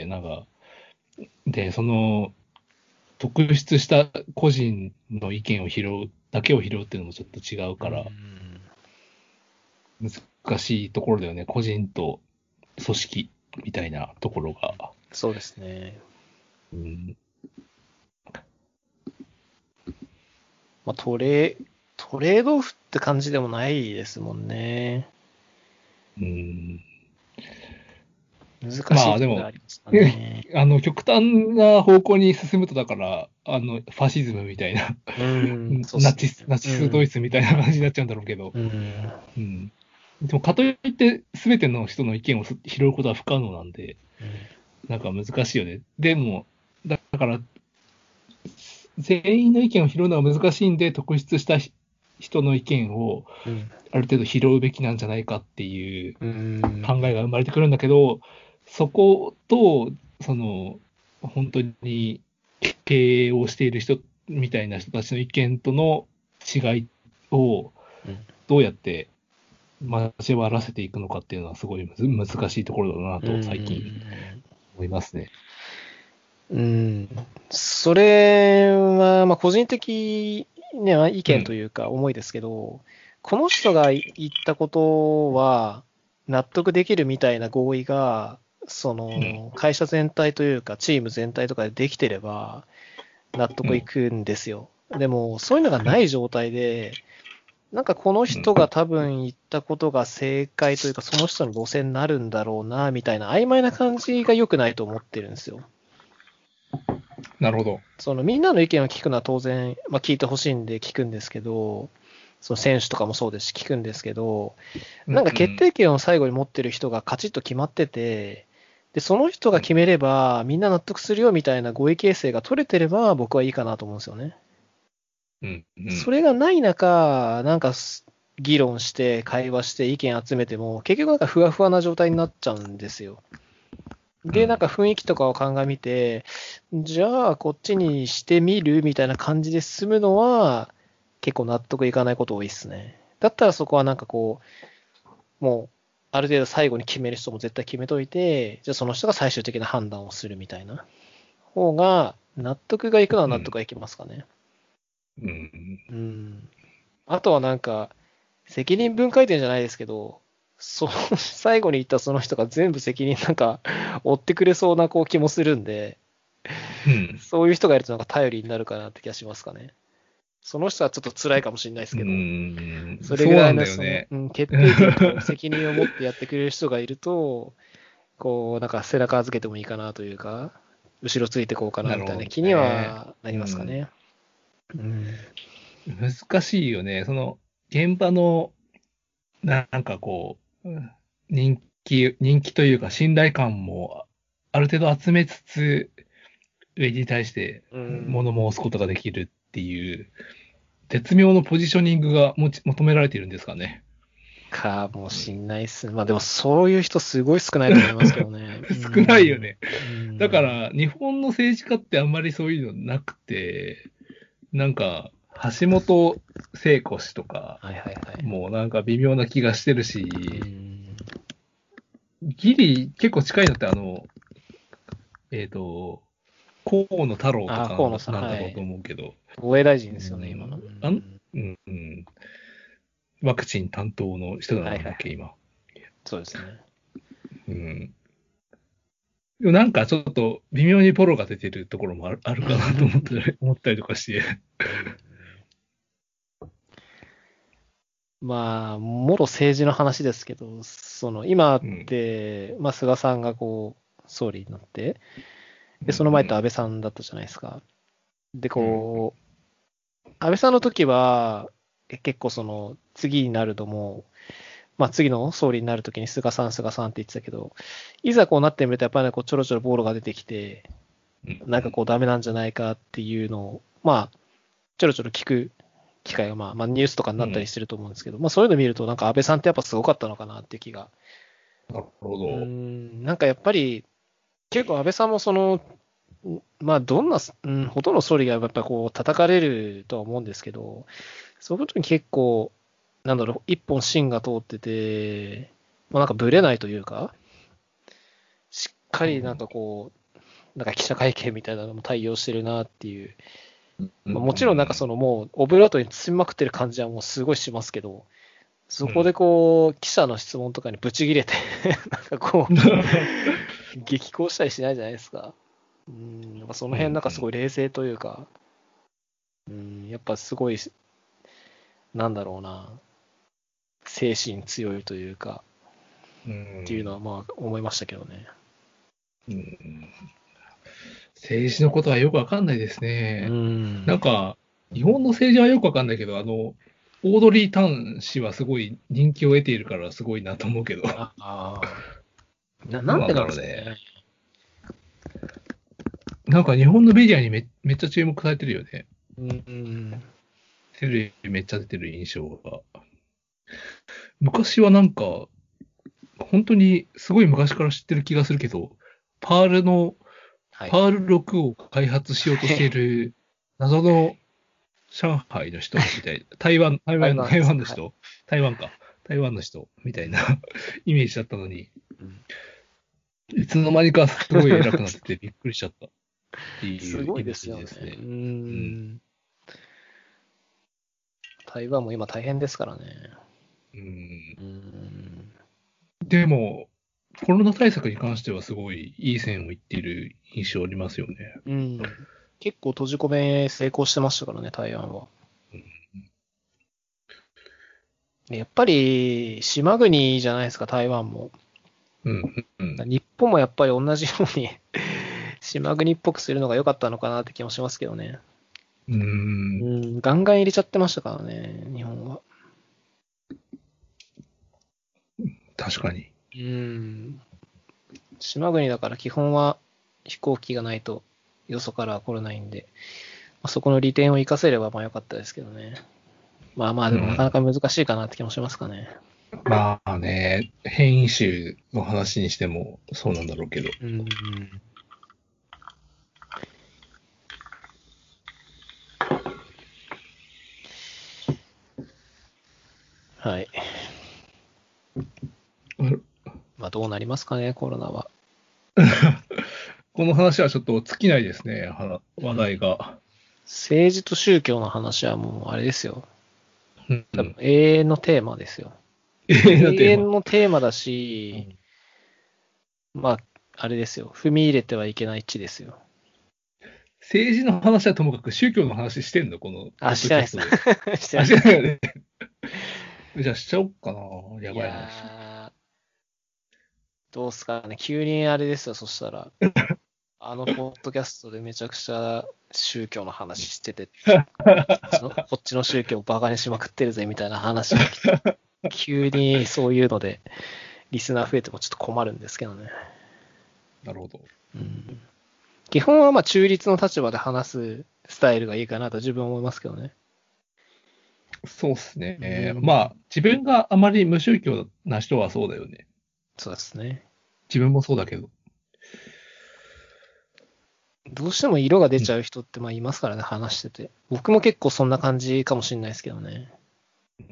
なんか、で、特筆した個人の意見をだけを拾うっていうのもちょっと違うから、難しいところだよね。個人と組織みたいなところが。 そうですね。まあ、トレードオフって感じでもないですもんね。難しいところがありますかね。 極端な方向に進むと、だから、ファシズムみたいな、ナチスドイツみたいな感じになっちゃうんだろうけど、でも、かといって、すべての人の意見を拾うことは不可能なんで、なんか難しいよね。でも、だから、全員の意見を拾うのは難しいんで、特筆した人の意見をある程度拾うべきなんじゃないかっていう考えが生まれてくるんだけど、そこと、本当に経営をしている人みたいな人たちの意見との違いをどうやって交わらせていくのかっていうのはすごい難しいところだなと最近思いますね。 それは、まあ、個人的な意見というか思いですけど、この人が言ったことは納得できるみたいな合意が、会社全体というか、チーム全体とかでできてれば、納得いくんですよ。でも、そういうのがない状態で、 なんかこの人が多分言ったことが正解というか、その人の路線になるんだろうな、みたいな曖昧な感じが良くないと思ってるんですよ。 なるほど。 そのみんなの意見を聞くのは当然、まあ聞いてほしいんで聞くんですけど、その選手とかもそうですし聞くんですけど、なんか決定権を最後に持ってる人がカチッと決まってて、で、その人が決めればみんな納得するよみたいな合意形成が取れてれば僕はいいかなと思うんですよね。それがない中、なんか議論して会話して意見集めても結局なんかふわふわな状態になっちゃうんですよ。で、なんか雰囲気とかを鑑みて、じゃあこっちにしてみるみたいな感じで進むのは結構納得いかないこと多いですね。だったらそこはなんかこう、もうある程度最後に決める人も絶対決めといて、じゃあその人が最終的な判断をするみたいな方が納得がいくのは納得がいきますかね。あとはなんか、責任分解点じゃないですけど、最後に言ったその人が全部責任なんか負ってくれそうなこう気もするんで、そういう人がいるとなんか頼りになるかなって気がしますかね。その人はちょっと辛いかもしれないですけど、それぐらいの決定権と責任を持ってやってくれる人がいると、こう、なんか背中預けてもいいかなというか、後ろついてこうかなみたいな気にはなりますかね。 難しいよね。その、現場の、なんかこう、人気というか信頼感もある程度集めつつ、上に対して物申すことができるっていう、絶妙のポジショニングが求められているんですかね。 かもしんないっすね。まあでもそういう人すごい少ないと思いますけどね。 少ないよね。だから日本の政治家ってあんまりそういうのなくて、なんか橋本聖子氏とか、もうなんか微妙な気がしてるし、ギリ結構近いのって河野太郎とかなんだろうと思うけど。 防衛大臣ですよね、今の。 ワクチン担当の人なんだっけ、今。 そうですね。 でもなんかちょっと微妙にポロが出てるところもあるかなと思ったりとかして。 まあ、もろ政治の話ですけど、今って、まあ、菅さんがこう、総理になって、で、その前って安倍さんだったじゃないですか。で、こう、安倍さんの時は、結構次になるともう、まあ次の総理になるときに菅さんって言ってたけど、いざこうなってみるとやっぱりこうちょろちょろボロが出てきて、なんかこうダメなんじゃないかっていうのを、まあ、ちょろちょろ聞く機会がまあニュースとかになったりしてると思うんですけど、まあそういうの見るとなんか安倍さんってやっぱすごかったのかなっていう気が。 なるほど。 なんかやっぱり結構安倍さんもまあどんな、ほとんど総理がやっぱこう叩かれるとは思うんですけど、そういうことに結構、なんだろう、一本芯が通ってて、まあなんかブレないというか、しっかりなんかこう、なんか記者会見みたいなのも対応してるなっていう。まあ、もちろんなんかもうオブラートに包みまくってる感じはもうすごいしますけど、そこでこう、記者の質問とかにブチギレてなんかこう、激高したりしないじゃないですか。やっぱその辺なんかすごい冷静というか、やっぱすごい、なんだろうな、精神強いというか、っていうのはまあ思いましたけどね。 政治のことはよくわかんないですね。なんか、日本の政治はよくわかんないけど、オードリー・タン氏はすごい人気を得ているからすごいなと思うけど。 なんでなんですかね。 なんか日本のメディアにめっちゃ注目されてるよね。テレビめっちゃ出てる印象が。昔はなんか、本当にすごい昔から知ってる気がするけど、パール6を開発しようとしている謎の上海の人みたいな、台湾の人、台湾の人みたいなイメージだったのに、いつの間にかすごい偉くなっててびっくりしちゃったっていうイメージですね。すごいですよね。 台湾も今大変ですからね。 でも、コロナ対策に関してはすごいいい線をいっている印象ありますよね。 結構閉じ込め成功してましたからね、台湾は。 やっぱり島国じゃないですか、台湾も。 うんうん。 日本もやっぱり同じように島国っぽくするのが良かったのかなって気もしますけどね。 うーん、 ガンガン入れちゃってましたからね、日本は。 確かに。 島国だから基本は飛行機がないとよそからは来れないんで、そこの利点を活かせればまあ良かったですけどね。まあまあでもなかなか難しいかなって気もしますかね。 まあね、変異種の話にしてもそうなんだろうけど。 はい。まあどうなりますかね、コロナは。 この話はちょっと尽きないですね、話題が。 政治と宗教の話はもうあれですよ。 うんう多分ん。 永遠のテーマですよ。 永遠の永テーマ。 遠のテーマだし、まあ、あれですよ。踏み入れてはいけない地ですよ。 政治の話はともかく宗教の話してんのこのポあ、 ッドしてないです。 キャストで。 してなあ、 いです。 してないよね。じゃあしちゃおっかな。やいばい話。 やー、どうすかね。急にあれですよ、そしたら。あのポッドキャストでめちゃくちゃ宗教の話してて、こっちの宗教をバカにしまくってるぜみたいな話が来て、急にそういうのでリスナー増えてもちょっと困るんですけどね。 なるほど。 基本はまあ中立の立場で話すスタイルがいいかなと自分は思いますけどね。 そうっすね。まあ、自分があまり無宗教な人はそうだよね。 そうですね。 自分もそうだけど。 どうしても色が出うん。 ちゃう人ってまあいますからね、話してて。僕も結構そんな感じかもしれないですけどね。 うん、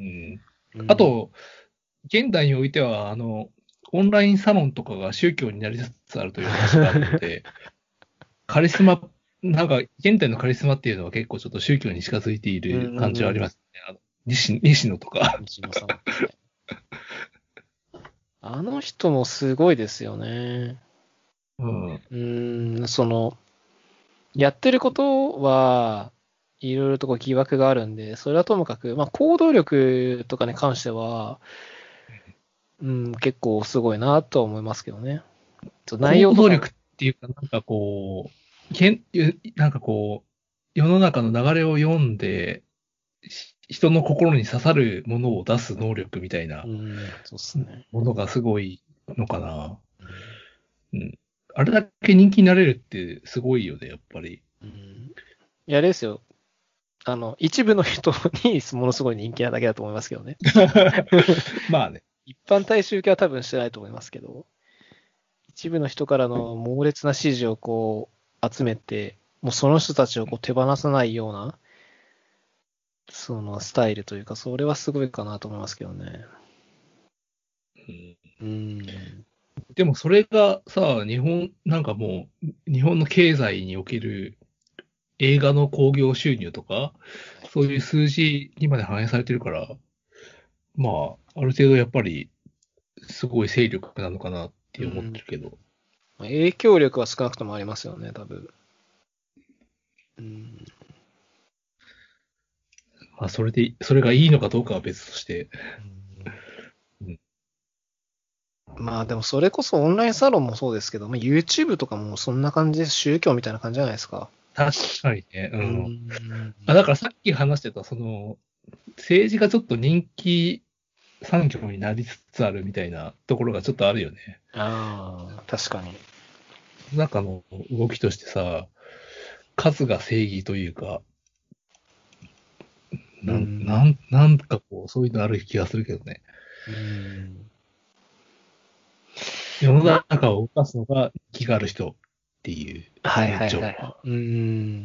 うん。 あと、現代においては、オンラインサロンとかが宗教になりつつあるという話があるので、カリスマ、なんか、現代のカリスマっていうのは結構ちょっと宗教に近づいていうんる感じはありうんうん。 ますね。西野とか。 西野さん。あの人もすごいですよね。 うん。 やってることは、いろいろとこう疑惑があるんで、それはともかく、まあ、行動力とかに関しては、結構すごいなとは思いますけどね。内容とかも、 行動力っていうか、なんかこう、世の中の流れを読んで、人の心に刺さるものを出す能力みたいなそうっすね。 ものがすごいのかな。 うん、 うん。あれだけ人気になれるってすごいよね、やっぱり。 いや、あれですよ。一部の人にものすごい人気なだけだと思いますけどね。 まあね。 一般大衆系は多分してないと思いますけど、一部の人からの猛烈な支持をこう集めて、もうその人たちをこう手放さないような、そのスタイルというか、それはすごいかなと思いますけどね。 うん。 うん。 でもそれがさ、なんかもう、日本の経済における映画の興行収入とか、そういう数字にまで反映されてるから、まあ、ある程度やっぱり、すごい勢力なのかなって思ってるけど。 影響力は少なくともありますよね、多分。うん、 まあ、それがいいのかどうかは別として。うん、 まあでもそれこそオンラインサロンもそうですけど、まあ、YouTube とかもそんな感じで宗教みたいな感じじゃないですか。 確かにね。ううん。 ん。 だからさっき話してた、政治がちょっと人気産業になりつつあるみたいなところがちょっとあるよね。 ああ、確かに。 中の動きとしてさ、数が正義というか、 うん。 なんかこう、そういうのある気がするけどね。 うん。 世のまあ、 中を動かすのが気がある人っていうはい風潮。 はいはい。うん。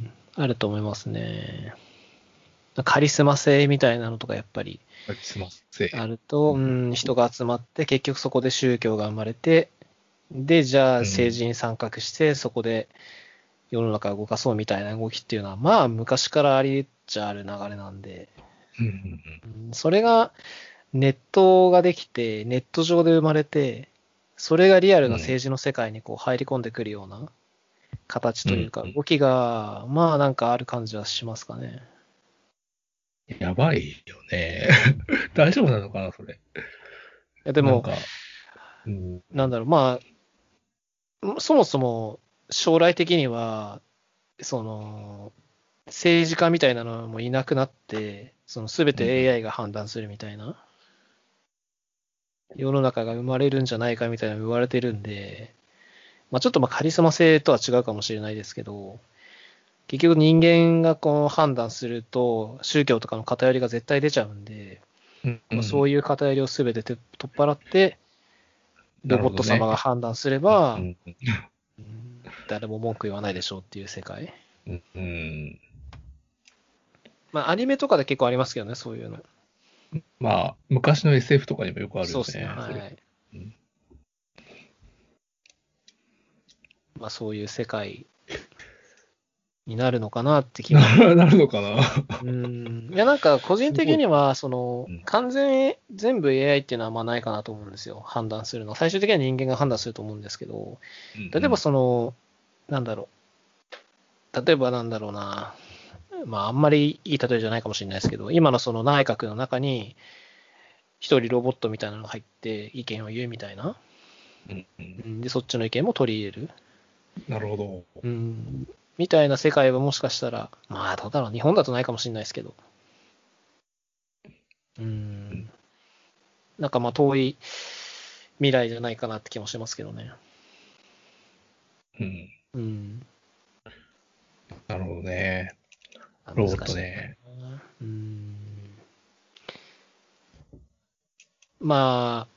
あると思いますね。カリスマ性みたいなのとかやっぱりクリスマスせあると、人が集まって結局そこで宗教が生まれて、で、じゃあうん。 政治に参画して、そこで世の中を動かそうみたいな動きっていうのは、まあ昔からありっちゃある流れなんで、 うんうんそれがネットができて、ネット上で生まれて、それがリアルうん。うん。 な政治の世界にこう入り込んでくるような形うん。 というか、動きが、まあなんかある感じはしますかね。 やばいよね。大丈夫なのかな、それ。 いやでも、 なんか、うん。 なんだろう、まあ、そもそも将来的には、その、政治家みたいなのもいなくなって、その全てうん AI が判断するみたいな世の中が生まれるんじゃないかみたいなの言われてるんで、まあ、ちょっとまあカリスマ性とは違うかもしれないですけど、結局人間がこう判断すると宗教とかの偏りが絶対出ちゃうんで、 うんうまあ、そうん。 いう偏りを全て取っ払って、ロボットなるほどね。 様が判断すれば、 うん誰も文句言わないでしょうっていう世界。 うんうん。 まあ、アニメとかで結構ありますけどね、そういうの。 まあ、昔の SF とかにもよくあるそうですね、 よね、それ。 はい。 うんまあ、そういう世界になるのかなって気は。 なるのかな。 いや、なんか、個人すごい。 的には、 うん。 完全全部 AI っていうのはまあないかなと思うんですよ。判断するの。最終的には人間が判断すると思うんですけど、例えばうんなんだろ例えばなんだろうな、まあ、あんまりいい例えじゃないかもしれないですけど、今のその内閣の中に、一人ロボットみたいなのが入って意見を言うみたいな。 うんうん。 で、そっちの意見も取り入れる。 なるほど。 うん。みたいな世界はもしかしたら、まあ、どうだろう。日本だとないかもしれないですけど。ううん。 ん。なんかまあ、遠い未来じゃないかなって気もしますけどね。 うんうん。 なるほどね。 難ロボットしいな。 ね。 うん。まあ、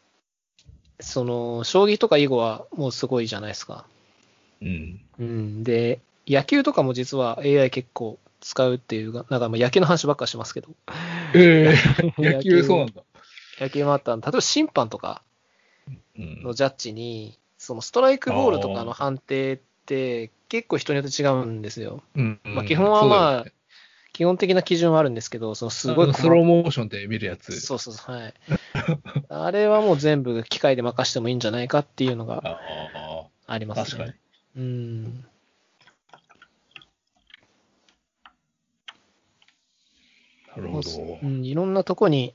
将棋とか囲碁はもうすごいじゃないですか。 うん。 うん。で、野球とかも実は AI 結構使うっていうか、なんかまあ野球の話ばっかしますけど、 ええ野野球、 球そうなんだ。 野球もあったんで、例えば審判とかうん。 のジャッジに、そのストライクあボールとかのあ。 判定って結構人によって違うんですよ。 うんうまあ基本ん。そうだよね。 はまあ、基本的な基準はあるんですけど、すごいスローモーションで見るやつ。 そうそうそう、はい。あれはもう全部機械で任してもいいんじゃないかっていうのがああ。 ありますね。 確かに。 うん。 なるもうほど。 いろんなとこに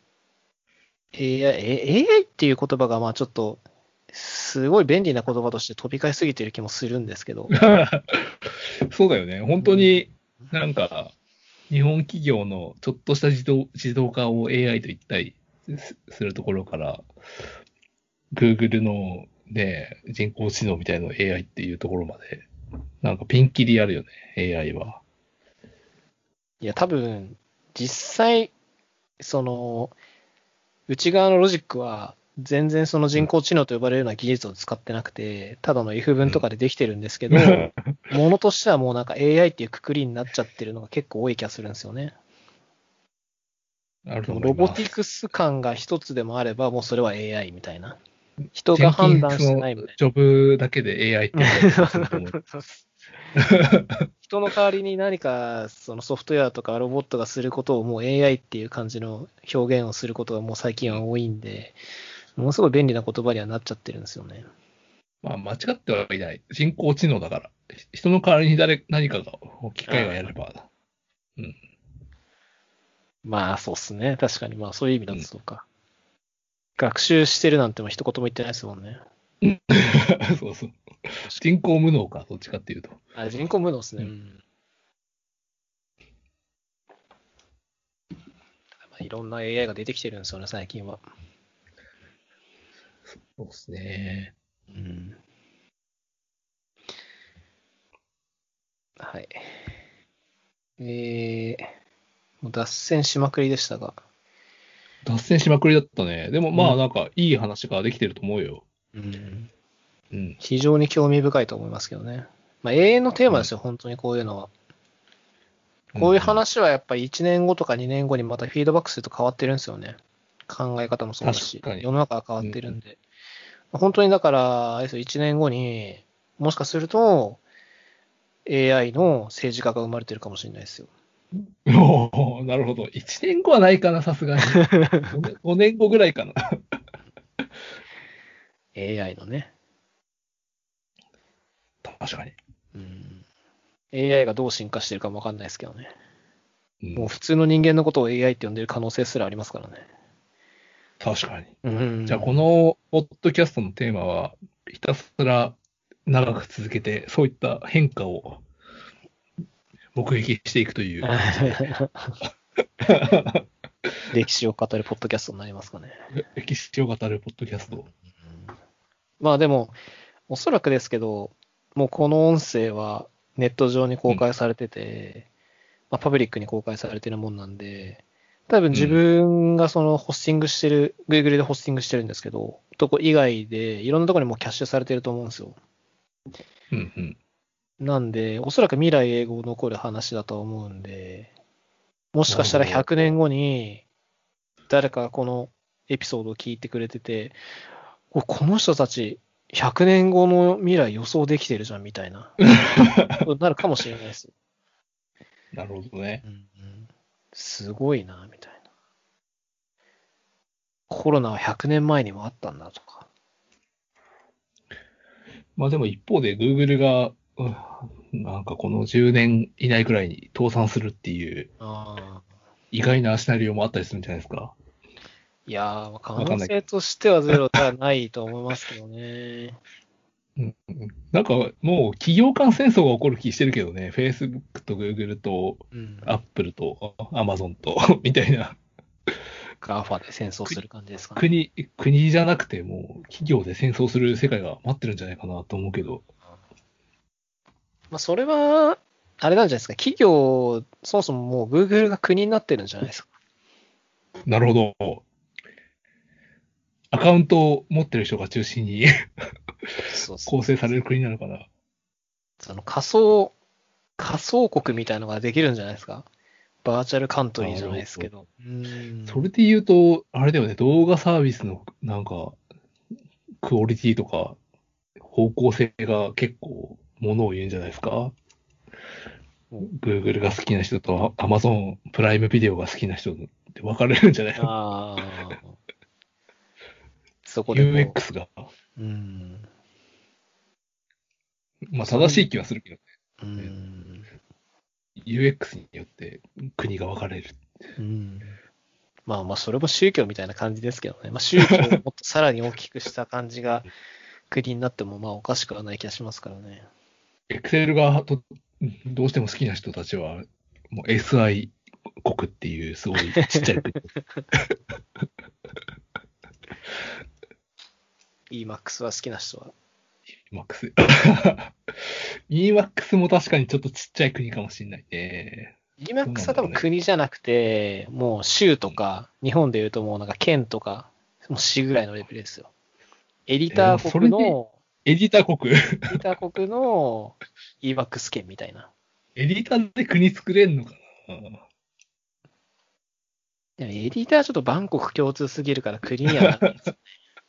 AI っていう言葉がまあちょっと、すごい便利な言葉として飛び交いすぎてる気もするんですけど。 そうだよね。本うん。 当になんか、日本企業のちょっとした自動化を AI と言ったりするところから、Google のね、人工知能みたいな AI っていうところまで、なんかピンキリあるよね、AI は。 いや、多分、実際、内側のロジックは、全然そのうん。 人工知能と呼ばれるような技術を使ってなくて、ただの if 文とかうん。 でできてるんですけど、ものとしてはもうなんか AI っていうくくりになっちゃってるのが結構多い気がするんですよね。 あるともう思います。 ロボティクス感が一つでもあれば、もうそれは AI みたいな。人がジェンキ判断ンスのしてないみたいジョブだけで AI って言われたりすると思う。 な。人の代わりに何かそのソフトウェアとかロボットがすることをもう AI っていう感じの表現をすることがもう最近は多いんで、ものすごい便利な言葉にはなっちゃってるんですよね。 まあ、間違ってはいない。人工知能だから。人の代わりに何かが、機械がやれああ、 ば。うん。 まあそうっすね。確かにまあそういう意味だうん。 とそうか。学習してるなんても一言も言ってないですもんね。 そうそう。 確かに。 人工無能か、どっちかっていうと。 あ、人工無能ですね。 うん。 うん。まあ、いろんな AI が出てきてるんですよね、最近は。 そうですね。 うん。はい。もう脱線しまくりでしたが。 脱線しまくりだったね。でもうん。 まあなんかいい話ができてると思うよ。 うん。 うん。 非常に興味深いと思いますけどね。まあ、永遠のテーうん。 マですよ、本当にこういうのは。こういううん。 話はやっぱり1年後とか2年後にまたフィードバックすると変わってるんですよね。考え方もそうだし、 確かに。 世の中が変わっうん。 てるんで。本当にだから、あれですよ、1年後に、もしかすると AI の政治家が生まれてるかもしれないですよ。 おーなるほど。1年後はないかな、さすがに。5年後ぐらいかな。 AI のね。 確かに。 うん。AI がどう進化してるかもわかんないですけどね。 もう普通の人間のことを AI って呼んでる可能性すらありますからね。 確かに。 うん。 じゃあ、このポッドキャストのテーマは、ひたすら長く続けて、そういった変化を目撃していくという感じで。 歴史を語るポッドキャストになりますかね。 歴史を語るポッドキャスト。 まあでも、おそらくですけど、もうこの音声はネット上に公開されてて、まあ、パブリックに公開されてるもんなんで、多分自分がそのホスティングしてる、Google でホスティングしてるんですけど、とこ以外でいろんなところにもうキャッシュされてると思うんですよ。 うんうん。 なんで、おそらく未来永劫残る話だと思うんで、もしかしたらなるほ 100年後に誰かがこのエピソードを聞いてくれてて、この人たち100年後の未来予想できてるじゃんみたいな、なるかもしれないですよ。 なるほどね。 うんうん、すごいな、みたいな。コロナは100年前にもあったんだとか。 まあでも一方で Google が、なんかこの10年以内くらいに倒産するっていうああ。 意外なシナリオもあったりするんじゃないですか。 いやー、可能わかんないけど。 性としてはゼロではないと思いますけどね。 うんうん、なんかもう企業間戦争が起こる気してるけどね。Facebook と Google とうん。 Apple と Amazon とみたいな。 ガーファで戦争する感じですかね。 国じゃなくてもう企業で戦争する世界が待ってるんじゃないかなと思うけど。 まあ、それは、あれなんじゃないですか。企業、そもそももう Google が国になってるんじゃないですか。 なるほど。アカウントを持ってる人が中心にそうそう構成される国なのかな。 その仮想国みたいなのができるんじゃないですか。バーチャルカントリーじゃないですけど。 それで言うと、あれだよね、動画サービスのなんか、クオリティとか、方向性が結構、ものを言うんじゃないですか。Google が好きな人と Amazon プライムビデオが好きな人って分かれるんじゃないの？ ああ、そこでも UX が、 う、 まあそれも、 正しい気はするけどうね。 ん、 UX によって国が分かれる。 うん。まあまあ、それも宗教みたいな感じですけどね。まあ、宗教をもっとさらに大きくした感じが国になってもまあおかしくはない気がしますからね。 Excel がどうしても好きな人たちは、もう SI 国っていうすごいちっちゃい国。 EMAX は好きな人は。 EMAX。EMAX も確かにちょっとちっちゃい国かもしれないね。どうな EMAX は多分んだろうね。 国じゃなくて、もう州とか、日本でいうともうなんか県とか、もう市ぐらいのレベルですよ。エディターでもそれで、 国の、 エディター国。 エディター国の EMAX 県みたいな。 エディターで国作れんのかな。 でもエディターはちょっと万国共通すぎるから国にはならないですよ。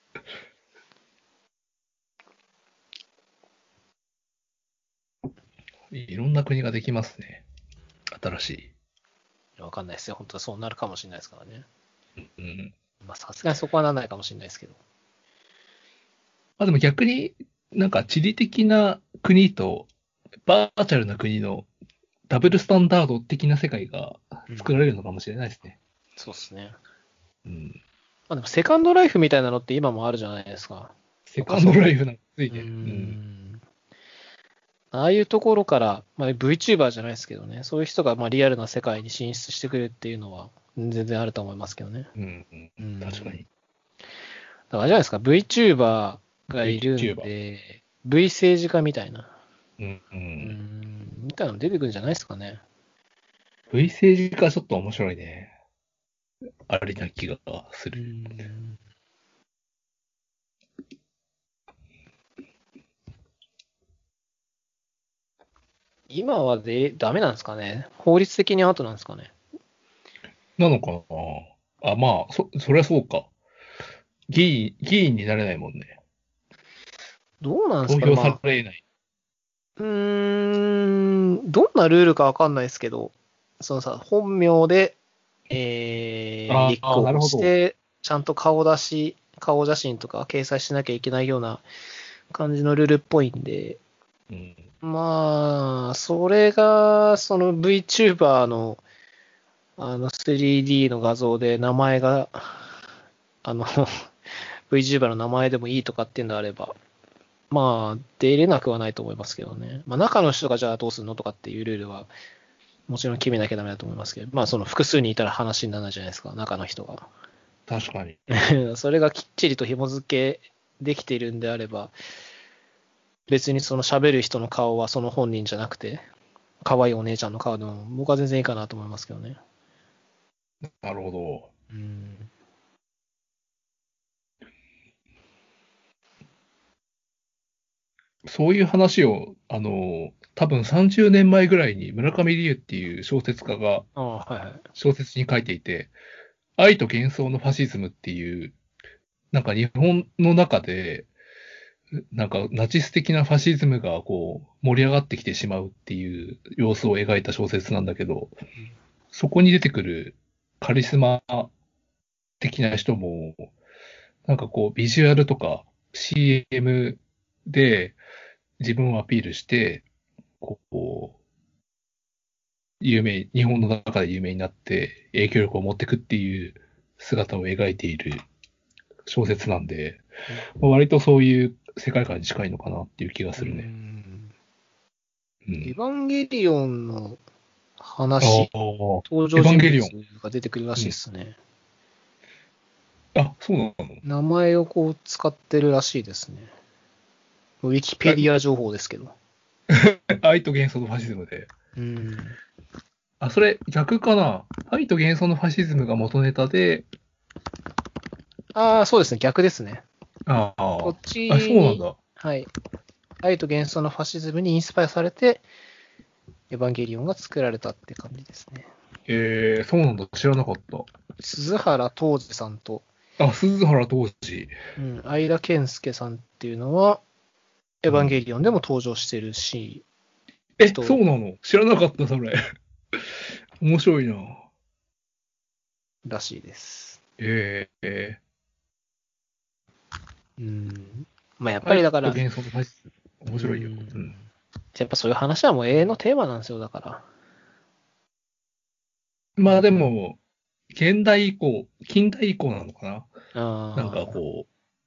いろんな国ができますね。新しわかんないですよ。本当はそうなるかもしれないですからね。 い。うん。 まあさすがにそこはならないかもしれないですけど。 まあでも逆になんか地理的な国とバーチャルな国のダブルスタンダード的な世界が作られるのかもしれないですね。 そうですね。 うん。 まあでもセカンドライフみたいなのって今もあるじゃないですか。 セカンドライフなんかついてる。 ああいうところから、まあ、VTuber じゃないですけどね、そういう人がまあリアルな世界に進出してくれるっていうのは全然あると思いますけどね。 うんうん。確かに。 だからあれじゃないですか、VTuber がいるん VTuber。 で、V 政治家みたいな、 うんうん。 みたいなの出てくるんじゃないですかね。 V 政治家ちょっと面白いね。ありな気がする。 今はダメなんですかね。法律的にアウトなんですかね。 なのかなあ、まあ、そりゃそうか。議員になれないもんね。 どうなんですかね。 投票まあ、 されない。 どんなルールかわかんないですけど、そのさ、本名で、立候補なるほど。 して、ちゃんと顔写真とか掲載しなきゃいけないような感じのルールっぽいんで、 うん。 まあ、それが、その VTuber の 3D の画像で名前が、VTuber の名前でもいいとかっていうんであれば、まあ、出れなくはないと思いますけどね。まあ、中の人がじゃあどうするのとかっていうルールは、もちろん決めなきゃダメだと思いますけど、まあ、その複数にいたら話にならないじゃないですか、中の人が。 確かに。 それがきっちりと紐付けできているんであれば、別にその喋る人の顔はその本人じゃなくて、可愛いお姉ちゃんの顔でも、僕は全然いいかなと思いますけどね。 なるほど。 うん。 そういう話を、多分30年前ぐらいに村上龍っていう小説家がああ、はいはい。 小説に書いていて、愛と幻想のファシズムっていう、なんか日本の中で、なんかナチス的なファシズムがこう盛り上がってきてしまうっていう様子を描いた小説なんだけど、 うんそこに出てくるカリスマ的な人も、なんかこうビジュアルとか CM で自分をアピールして、こう、日本の中で有名になって影響力を持っていくっていう姿を描いている小説なんで、割とそういう世界観に近いのかなっていう気がすうるね。 ん。エヴうん。 ァンゲリオンのああ、 話、登場エヴァン人物ゲリオン。 が出てくるらしいでうん。 すね。 あ、そうなの？ 名前をこう使ってるらしいですね。ウィキペディア情報ですけど。 愛と幻想のファシズムで。 うん。 あ、それ逆かな。愛と幻想のファシズムが元ネタで、 ああ、そうですね。逆ですね。 あこっあ、あ、 ちに、 そうなんだ。 はい。愛と幻想のファシズムにインスパイアされて、エヴァンゲリオンが作られたって感じですね。 そうなんだ。知らなかった。 鈴原東司さんと、 あ、鈴原投資。 うん、相田健介さんっていうのは、エヴァンゲうん。 リオンでも登場してるし、 そうなの？知らなかった、それ。面白いな。 らしいです。 ええうん。まあやっぱり愛だから、 と幻想のファシズム。面う白いよ。うん。 ん。 やっぱそういう話はもう永遠のテーマなんですよ、だから。 まあでも、近代以降なのかな。なんかああ、 こ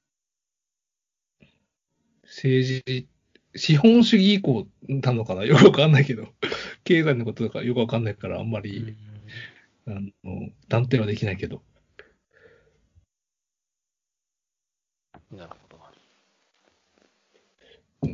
政治、資本主義以降なのかなよくわかんないけど、経済のこととかよくわかんないから、あんまり、 うん。 断定はできないけど。 なるほど。 うん、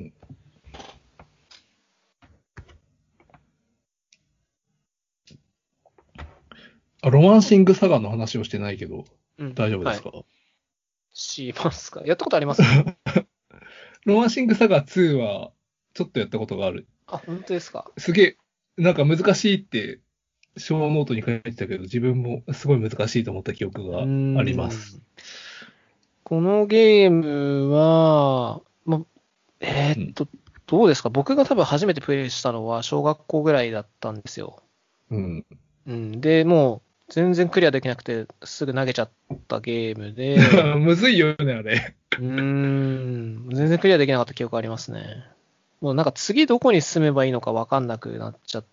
ロマンシングサガの話をしてないけど、 うん。はい。 大丈夫ですか？ しますか？やったことありますロマンシングサガ2は、ちょっとやったことがある。 あ、本当ですか？ すげえ、なんか難しいって、小ノートに書いてたけど、自分もすごい難しいと思った記憶うーがあります。 ん。このゲームは、えーっうん。 と、どうですか？僕が多分初めてプレイしたのは小学校ぐらいだったんですよ。 うん。 うん。で、もう全然クリアできなくてすぐ投げちゃったゲームで、 むずいよね、あれ。 全然クリアできなかった記憶ありますね。もうなんか次どこに進めばいいのかわかんなくなっちゃって、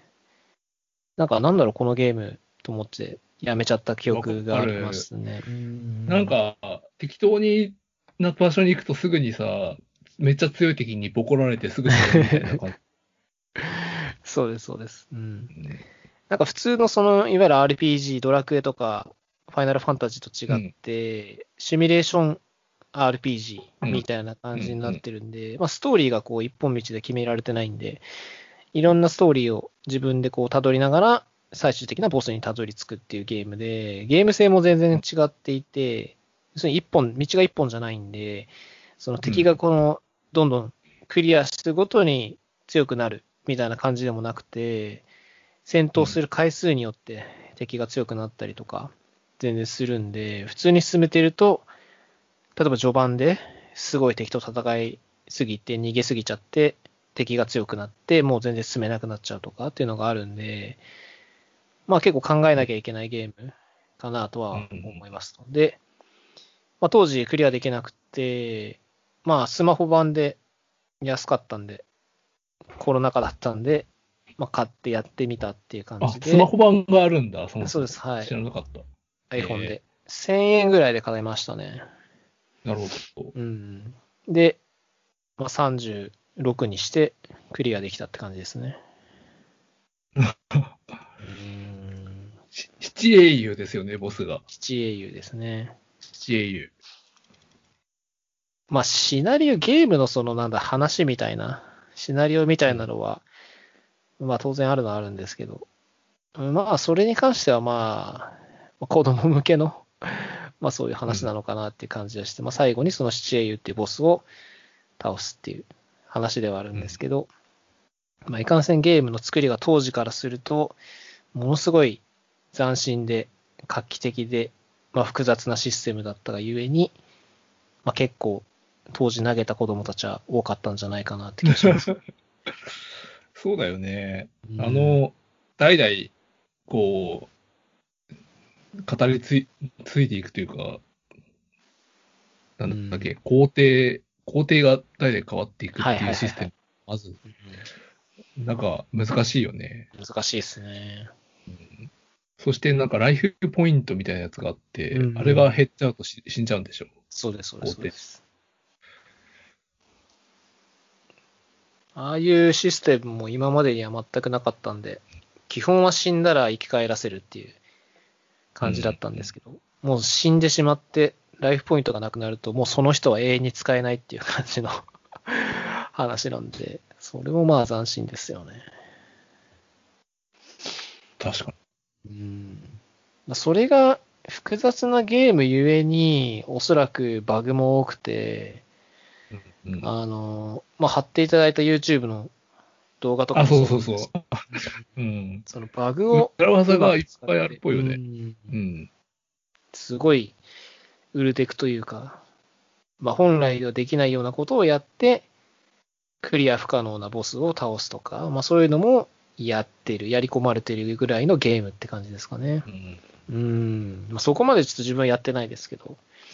なんかなんだろうこのゲームと思ってやめちゃった記わ憶がありまかる。 すね。 なんか、適当にな場所に行くとすぐにさ、めっちゃ強い敵にボコられてすぐ死ぬみたいな感そうです、そうです。うん。 じ。 なんか普通のその、いわゆる RPG、ドラクエとか、ファイナルファンタジーと違っうん。 て、シミュレーション RPG うん。 みたいな感うん。うん。 じになってるんで、まあストーリーがこう一本道で決められてないんで、いろんなストーリーを自分でこう辿りながら、最終的なボスに辿り着くっていうゲームで、ゲーム性も全然違っていて、要するに道が一本じゃないんで、その敵がうん。 この、どんどんクリアするごとに強くなるみたいな感じでもなくて、戦闘する回数によって敵が強くなったりとか、全然するんで、普通に進めてると、例えば序盤ですごい敵と戦いすぎて逃げすぎちゃって、敵が強くなって、もう全然進めなくなっちゃうとかっていうのがあるんで、まあ結構考えなきゃいけないゲームかなとはうん。 思いますので、まあ当時クリアできなくて、まあスマホ版で安かったんで、コロナ禍だったんで、 まあ、買ってやってみたっていう感あ、 じで。 スマホ版があるんだ、そもそも。 そうです、はい。 知らなかった。 iPhone で。1000円ぐらいで買いましたね。 なるほど。 うん。で、まあ、36にしてクリアできたって感じですね。 七英雄ですよね、ボスが。 七英雄ですね。 七英雄。 まあ、シナリオ、ゲームの話みたいな、シナリオみたいなのは、まあ当然あるのはあるんですけど、まあそれに関してはまあ、子供向けの、まあそういう話なのかなっていう感じがして、まあ最後にその七英雄っていうボスを倒すっていう話ではあるんですけど、まあいかんせんゲームの作りが当時からすると、ものすごい斬新で画期的で、まあ複雑なシステムだったがゆえに、まあ結構当時投げた子供たちは多かったんじゃないかなって気がします。 そうだよね。 うん代々、こ語りついていくというか、なんだっけ、工程が代々変わっていくっはいていはいはいはい。 うシステム。まず、なんか難しいよね。 難しいですね。 そしてなんかライフポイントみたいなやつがあっうんうて、あれがん。 減っちゃうと死んじゃうんでしょ、 そうです、そうです、 工程。 そうです。ああいうシステムも今までには全くなかったんで、基本は死んだら生き返らせるっていう感じだったんですけど、もう死んでしまって、ライフポイントがなくなると、もうその人は永遠に使えないっていう感じの話なんで、それもまあ斬新ですよね。 確かそれが複雑なゲームゆえに、おそらくバグも多くて、 に。うん。 まあ、貼っていただいた YouTube の動画とかあ、 もそうそうなんです。 そうそう。うん。 そのバグを裏技うまがいっぱいあるっく使って、 ぽいよね。うん。 すごいウルテクというか、まあ、本来ではできないようなことをやって、クリア不可能なボスを倒すとか、まあ、そういうのもやってる、やり込まれてるぐらいのゲームって感じですかね。 うん。 まあ、そこまでちょっと自分はやってないですけど、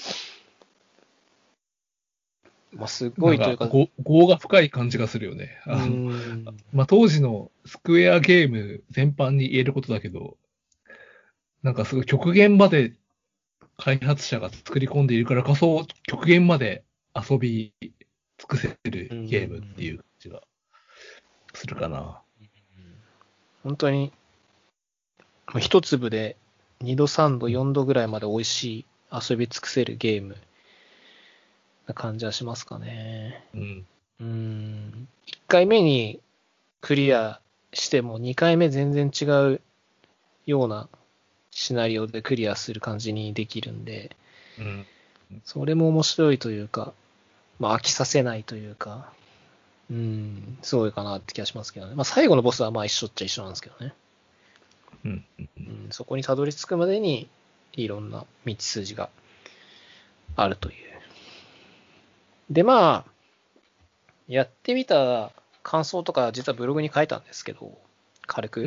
まあ、すごなんか、 いというか、 業が深い感じがするよね。まあ、当時のスクエアゲーム全般に言えることだけど、なんかすごい極限まで開発者が作り込んでいるからこそ、極限まで遊び尽くせるゲームっていう感じがするかな。 本当に、一粒で2度、3度、4度ぐらいまで美味しい遊び尽くせるゲームな感じはしますかね。 うん。 1回目にクリアしても2回目全然違うようなシナリオでクリアする感じにできるんで、 うん。 それも面白いというか、まあ飽きさせないというか、すごいかなって気がしますけどね。まあ最後のボスはまあ一緒っちゃ一緒なんですけどね。 うん。 そこにたどり着くまでにいろんな道筋があるという。でまあ、やってみた感想とか実はブログに書いたんですけど、軽く。 うん。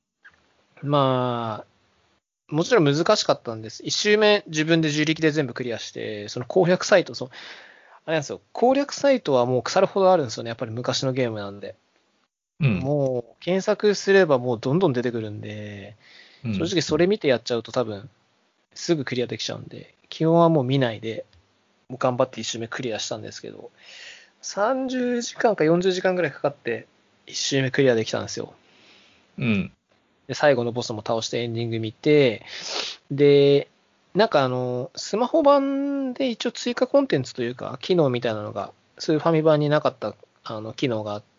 まあ、もちろん難しかったんです。一周目自分で自力で全部クリアして、その攻略サイト、あれなんですよ。攻略サイトはもう腐るほどあるんですよね。やっぱり昔のゲームなんで。 うん。 もう検索すればもうどんどん出てくるんで、正直それ見てやっちゃうと多分すぐクリアできちゃうんで、基本はもう見ないで、もう頑張って一周目クリアしたんですけど、30時間か40時間ぐらいかかって一周目クリアできたんですよ。 うん。 で、最後のボスも倒してエンディング見て、で、なんかスマホ版で一応追加コンテンツというか、機能みたいなのが、そういうファミ版になかった機能があって、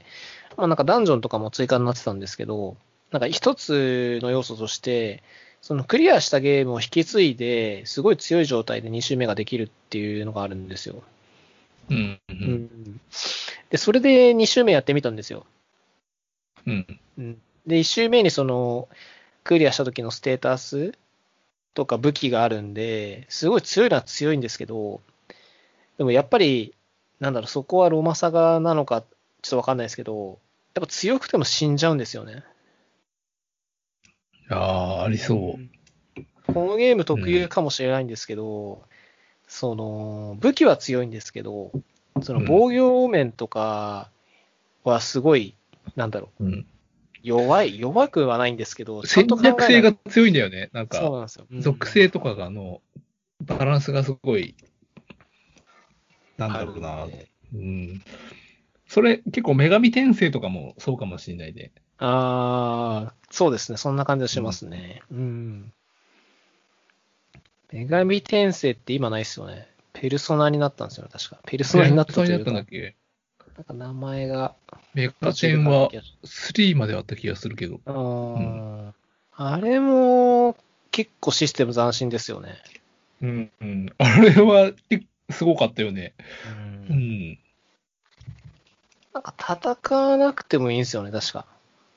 まあなんかダンジョンとかも追加になってたんですけど、なんか一つの要素として、そのクリアしたゲームを引き継いで、すごい強い状態で2周目ができるっていうのがあるんですよ。 うん。 で、それで2周目やってみたんですよ。 うん。 で、1周目にクリアした時のステータスとか武器があるんで、すごい強いのは強いんですけど、でもやっぱり、そこはロマサガなのか、ちょっとわかんないですけど、やっぱ強くても死んじゃうんですよね。 ありそう。 このゲーム特有かもしれないんですけど、武器は強いんですけど、その防御面とかはすごいなんだろう。 うん。 弱くはないんですけど、ちゃん戦と考えない略性が強いんだよね。なんか、 そうなんですよ。 属性とかがバランスがすごい、なんあだろうな。 るんで。 うん。それ、結構女神転生とかもそうかもしれないで。 そうですね。そんな感じがしまうん。 すね。うん。女神転生って今ないっすよね。ペルソナになったんですよね、確か。ペルソナになっそうになったというか、 たんだっけ？ なんか名前がメガ途中でテンは変わった気がし 3まであった気がするけど。 ます。 うん。 あれも結構システム斬新ですよね。 うん、うん。あれはすごかったよね。 うん。 うん。 なんか戦わなくてもいいんですよね、確か。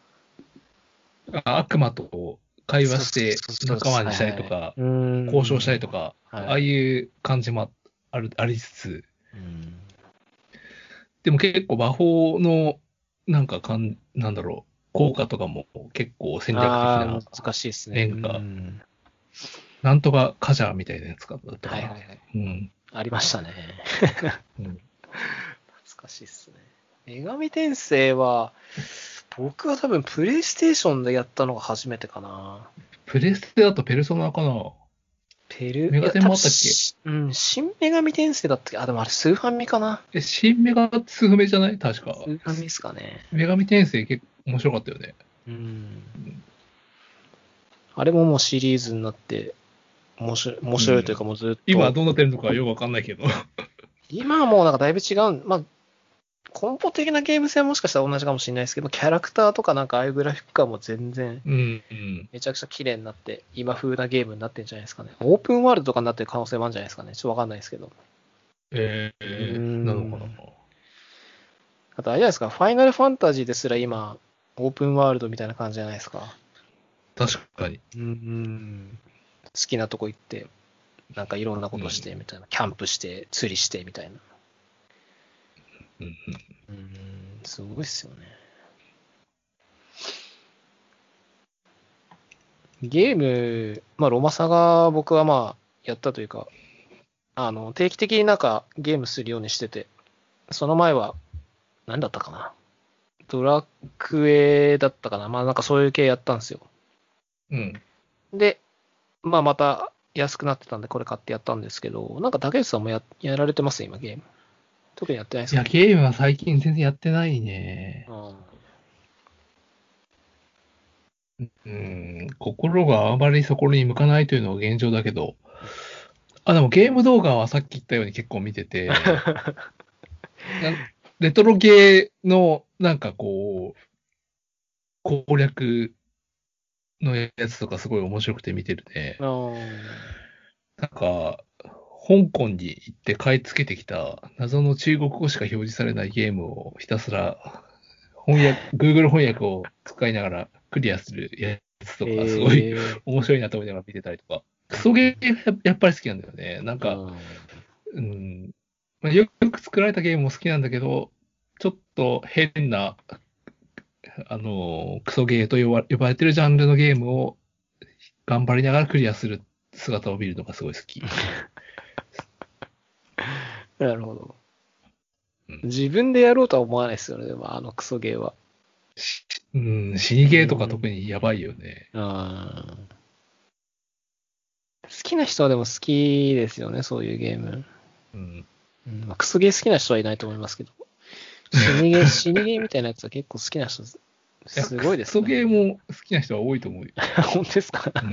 悪魔と会話そうしてそうそう。 仲間にしたはいはい。 りとか、 うー交渉したりん。 とか、ああはい。 いう感じもありつつ、 うん。 でも結構魔法の、なんだろう、効果とかも結構戦略的な難しいですね。う面が、 ん。 なんとかカジャーみたいなやつだったかな。 はいはいはい。 うん。 ありましたね。 うん、 懐かしいっすね。女神転生は、僕は多分プレイステーションでやったのが初めてかな。 プレステだとペルソナかな？ いや、多分メガテンもあったっけ？ 新女神転生だったっけでもあれ、スーファミかな。 新メガスフメじゃない？確か。 スーファミっすかね。 女神転生結構面白かったよね。 うん。 うん。 あれももうシリーズになって、面白いというかうん、 もうずっと、 今どうなってるのかよくわかんないけど。 今はもうなんかだいぶ違う、まあ、根本的なゲーム性はもしかしたら同じかもしれないですけど、キャラクターとかなんかああいうグラフィック感も全然うん、うん。 めちゃくちゃ綺麗になって、今風なゲームになってるんじゃないですかね。オープンワールドとかになってる可能性もあるんじゃないですかね。ちょっとわかんないですけど。 なのかな。 あとあれじゃないですか、ファイナルファンタジーですら今、オープンワールドみたいな感じじゃないですか。 確かに。 好きなとこ行って、なんかいろんなことしうん。 てみたいな。キャンプして、釣りしてみたいな。 うん、 すごいっすよね。ゲーム、まあ、ロマサガ僕はまあ、やったというか、定期的になんかゲームするようにしてて、その前は、何だったかな。ドラクエだったかな。まあなんかそういう系やったんですよ。 うん。 で、まあまた安くなってたんでこれ買ってやったんですけど、なんか竹内さんもやられてます今ゲーム。特にやってないですいや、 か？ ゲームは最近全然やってないね。 うん。 うん。心があまりそこに向かないというのが現状だけど、でもゲーム動画はさっき言ったように結構見てて、なんレトロゲーの攻略のやつとかすごい面白くて見てるね。 うん。 なんか、香港に行って買い付けてきた謎の中国語しか表示されないゲームをひたすらGoogle 翻訳を使いながらクリアするやつとか、すごいえ面白いなと思いながら見てたりとか。クー。 ソゲーがやっぱり好きなんだよね。 うん。 うん、まあ、よく作られたゲームも好きなんだけど、ちょっと変な、クソゲーと呼ばれてるジャンルのゲームを頑張りながらクリアする姿を見るのがすごい好き。 なるほど。 うん、 自分でやろうとは思わないですよね、でもクソゲーは。 死にうゲーとかん。 特にやばいよね。 好きな人はでも好きですよね、そういうゲーム。 うん。 まあ、クソゲー好きな人はいないと思いますけど。死にゲーみたいなやつは結構好きな人、 いや、 すごいですからね。 クソゲーも好きな人は多いと思うよ。 本当ですか？ うん。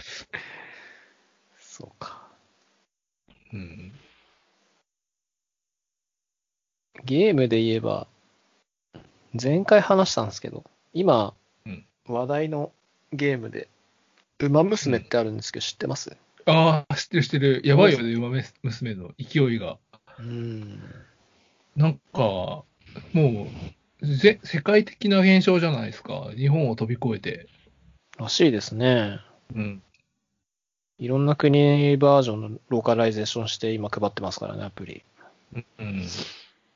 そうか。 うん。 ゲームで言えば、前回話したんですけど、今、 うん。 話題のゲームで、ウマうん。 娘ってあるんですけど、知ってます？ ああ、知ってる知ってる。や思います？ ばいよね、娘の勢いが。 うん。 なんか、も世界的な現象じゃないですか。日本を飛び越えて。 らしいですね。 うん。 いろんな国バージョンのローカライゼーションして今配ってますからね、アプリ。 うん。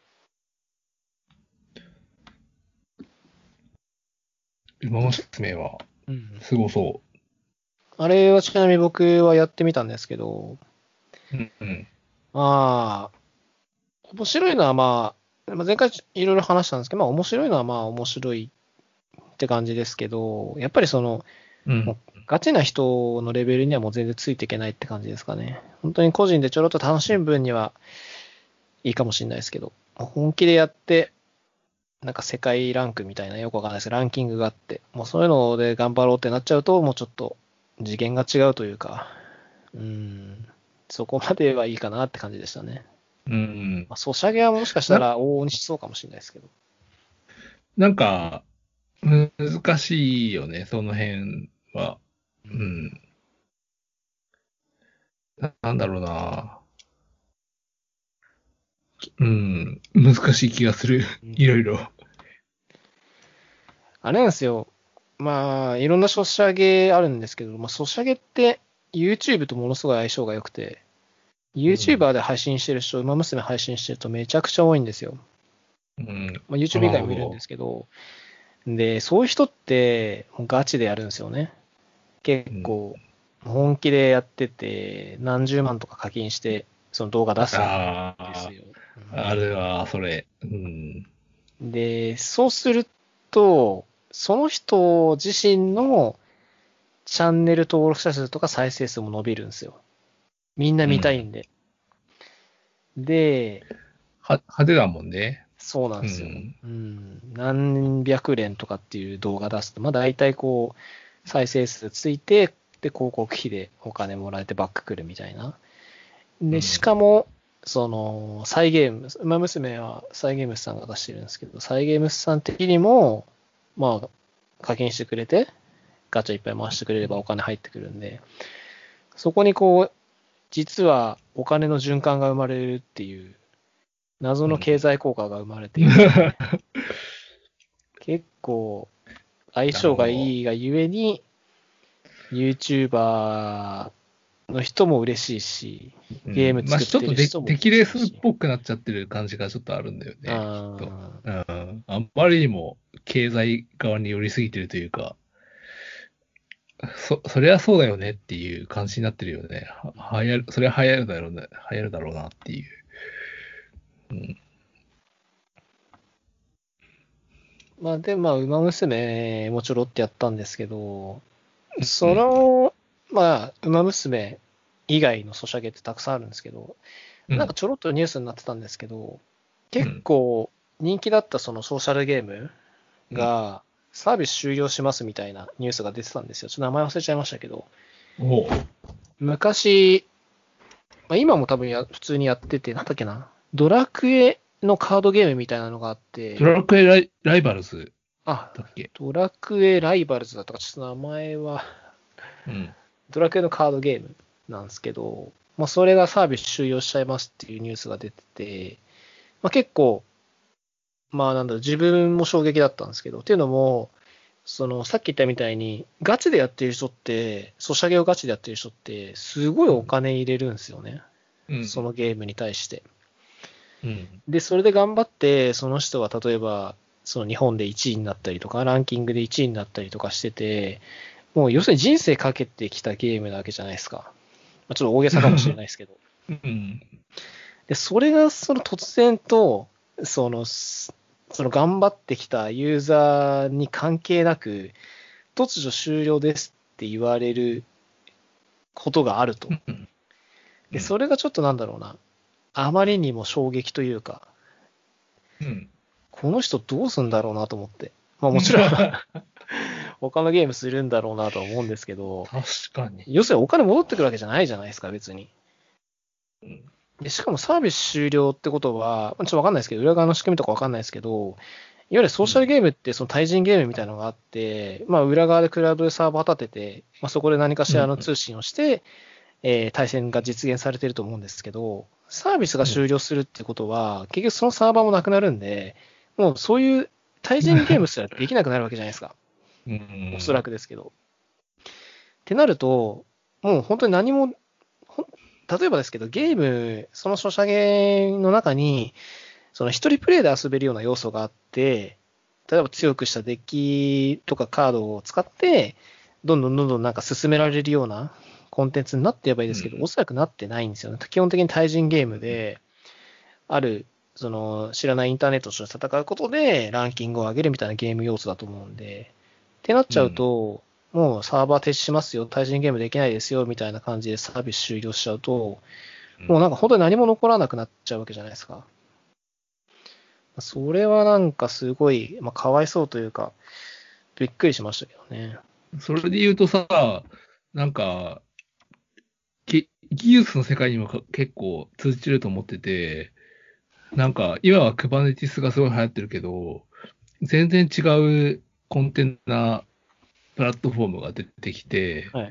馬娘は、 うん。 すごそあれはちなみに僕はやってみたんですけど、 う。うん。うん。 まあ、面白いのはまあ、 前回いろいろ話したんですけど、面白いのは面白いって感じですけど、やっぱりもうガチな人のレベルにはもう全然ついていけないって感じですかね。本当に個人でちょろっと楽しむ分にはいいかもしれないですけど、本気でやって、なんか世界ランクみたいなよくわかんないですけど、ランキングがあって、もうそういうので頑張ろうってなっちゃうと、もうちょっと次元が違うというか、そこまではいいかなって感じでしたね。ソシャゲはもしかしたら往々にしそうかもしれないですけど。 なんか、難しいよね、その辺は。なんだろうな。難しい気がする。いろいろ。 あれなんですよ。いろんなソシャゲあるんですけど、ソシャゲって YouTube とものすごい相性が良くて、YouTuber で配信してる人、馬娘配信してるとめちゃくちゃ多いんですよ。YouTube 以外もいるんですけど、で、そういう人ってガチでやるんですよね。結構、本気でやってて、何十万とか課金して、その動画出すんですよ。 あれは、それ。 で、そうすると、その人自身のチャンネル登録者数とか再生数も伸びるんですよ。みんな見たいんで。で、 派手だもんね。 そうなんですよ。何百連とかっていう動画出すと、大体再生数ついて、で、広告費でお金もらえてバック来るみたいな。で、しかも、サイゲーム、馬娘はサイゲームスさんが出してるんですけど、サイゲームスさん的にも、課金してくれて、ガチャいっぱい回してくれればお金入ってくるんで、そこに実はお金の循環が生まれるっていう、謎の経済効果が生まれているので、結構相性がいいがゆえに、YouTuber の人も嬉しいし、ゲーム作ってる人もちょっと出来レースっぽくなっちゃってる感じがちょっとあるんだよね。あんまりにも経済側に寄りすぎてるというか、そりゃそうだよねっていう感じになってるよね。それは流行るだろうね。流行るだろうなっていう。 馬娘もちょろってやったんですけど、馬娘以外のソシャゲってたくさんあるんですけど、なんかちょろっとニュースになってたんですけど、結構人気だったそのソーシャルゲームがサービス終了しますみたいなニュースが出てたんですよ。ちょっと名前忘れちゃいましたけど、昔、今も多分普通にやってて、なんだっけな、ドラクエのカードゲームみたいなのがあって、 ドラクエライバルズだっけ？ ドラクエライバルズだったか、ちょっと名前は、ドラクエのカードゲームなんですけど、それがサービス終了しちゃいますっていうニュースが出てて、結構、自分も衝撃だったんですけど、っていうのも、さっき言ったみたいに、ガチでやってる人って、ソシャゲをガチでやってる人って、すごいお金入れるんですよね。そのゲームに対して。で、それで頑張って、その人は例えば、その日本で1位になったりとか、ランキングで1位になったりとかしてて、もう要するに人生かけてきたゲームなわけじゃないですか。ちょっと大げさかもしれないですけど。で、それが突然と、その頑張ってきたユーザーに関係なく、突如終了ですって言われることがあると。で、それがちょっとあまりにも衝撃というか、この人どうすんだろうなと思って。もちろん、他のゲームするんだろうなとは思うんですけど、 確かに。 要するにお金戻ってくるわけじゃないじゃないですか、別に。でしかもサービス終了ってことは、ちょっとわかんないですけど、裏側の仕組みとかわかんないですけど、いわゆるソーシャルゲームってその対人ゲームみたいなのがあって、裏側でクラウドでサーバー立てて、そこで何かしらの通信をして、対戦が実現されていると思うんですけど、サービスが終了するってことは、結局そのサーバーもなくなるんで、もうそういう対人ゲームすらできなくなるわけじゃないですか。おそらくですけど。ってなると、もう本当に何も、例えばですけど、ゲーム、そのソシャゲの中に、その一人プレイで遊べるような要素があって、例えば強くしたデッキとかカードを使って、どんどんなんか進められるようなコンテンツになってればいいですけど、おそらくなってないんですよね。基本的に対人ゲームで、あるその知らないインターネットと戦うことでランキングを上げるみたいなゲーム要素だと思うんで、ってなっちゃうと、もうサーバー停止しますよ、対人ゲームできないですよ、みたいな感じでサービス終了しちゃうと、もうなんか本当に何も残らなくなっちゃうわけじゃないですか。それはなんかすごい、まあ、かわいそうというか、びっくりしましたけどね。 それで言うとさ、なんか、技術の世界にも結構通じると思ってて、なんか、今は Kubernetes がすごい流行ってるけど、全然違うコンテナプラットフォームが出てきて、 はい。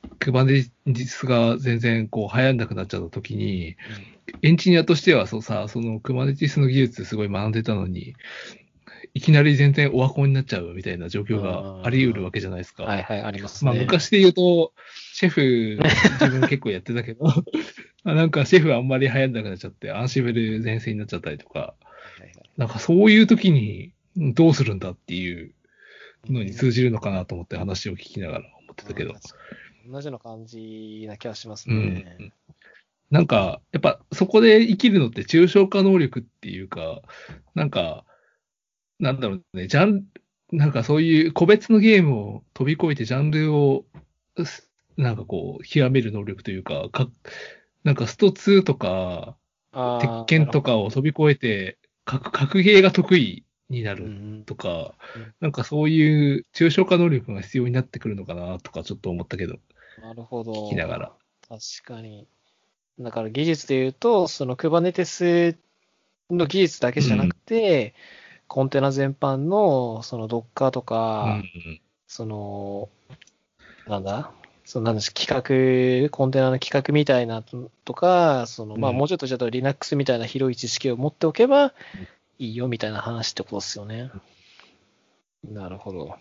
Kubernetes が全然こう流行んなくなっちゃった時に、エンジニアとしてはそうさ、その Kubernetes の技術すごい学んでたのに、いきなり全然オワコンになっちゃうみたいな状況があり得るわけじゃないですか。 はいはい、ありますまあね。 昔で言うと、シェフ、自分結構やってたけど、なんかシェフあんまり流行んなくなっちゃって、アンシブル全盛になっちゃったりとか、 はいはいなんかそういう時にどうするんだっていうのに通うんじるのかなと思って話を聞きながら思ってたけど。 確かに同じような感じな気がしますうん。 ね。 なんか、やっぱそこで生きるのって抽象化能力っていうか、なんか、なんだろうね、なんかそういう個別のゲームを飛び越えてジャンルを、なんかこう、極める能力というか、なんかスト2とか、鉄ああ、な拳とるほど。 かを飛び越えて、格ゲーが得意になるうんとか、 うん、 なんかそういう抽象化能力が必要になってくるのかなとかちょっと思ったけど、 なるほ聞きながら。 ど。確かに。だから技術で言うと、その Kubernetes の技術だけじゃなくうん。 て、コンテナ全般の、その Docker とうか、 ん。 その、なんだそのなんです企画、コンテナの企画みたいなとか、その、まあもうちょっとちょっと Linux みたいな広い知識を持っておけばいいよみたいな話ってことですよね。なるほど。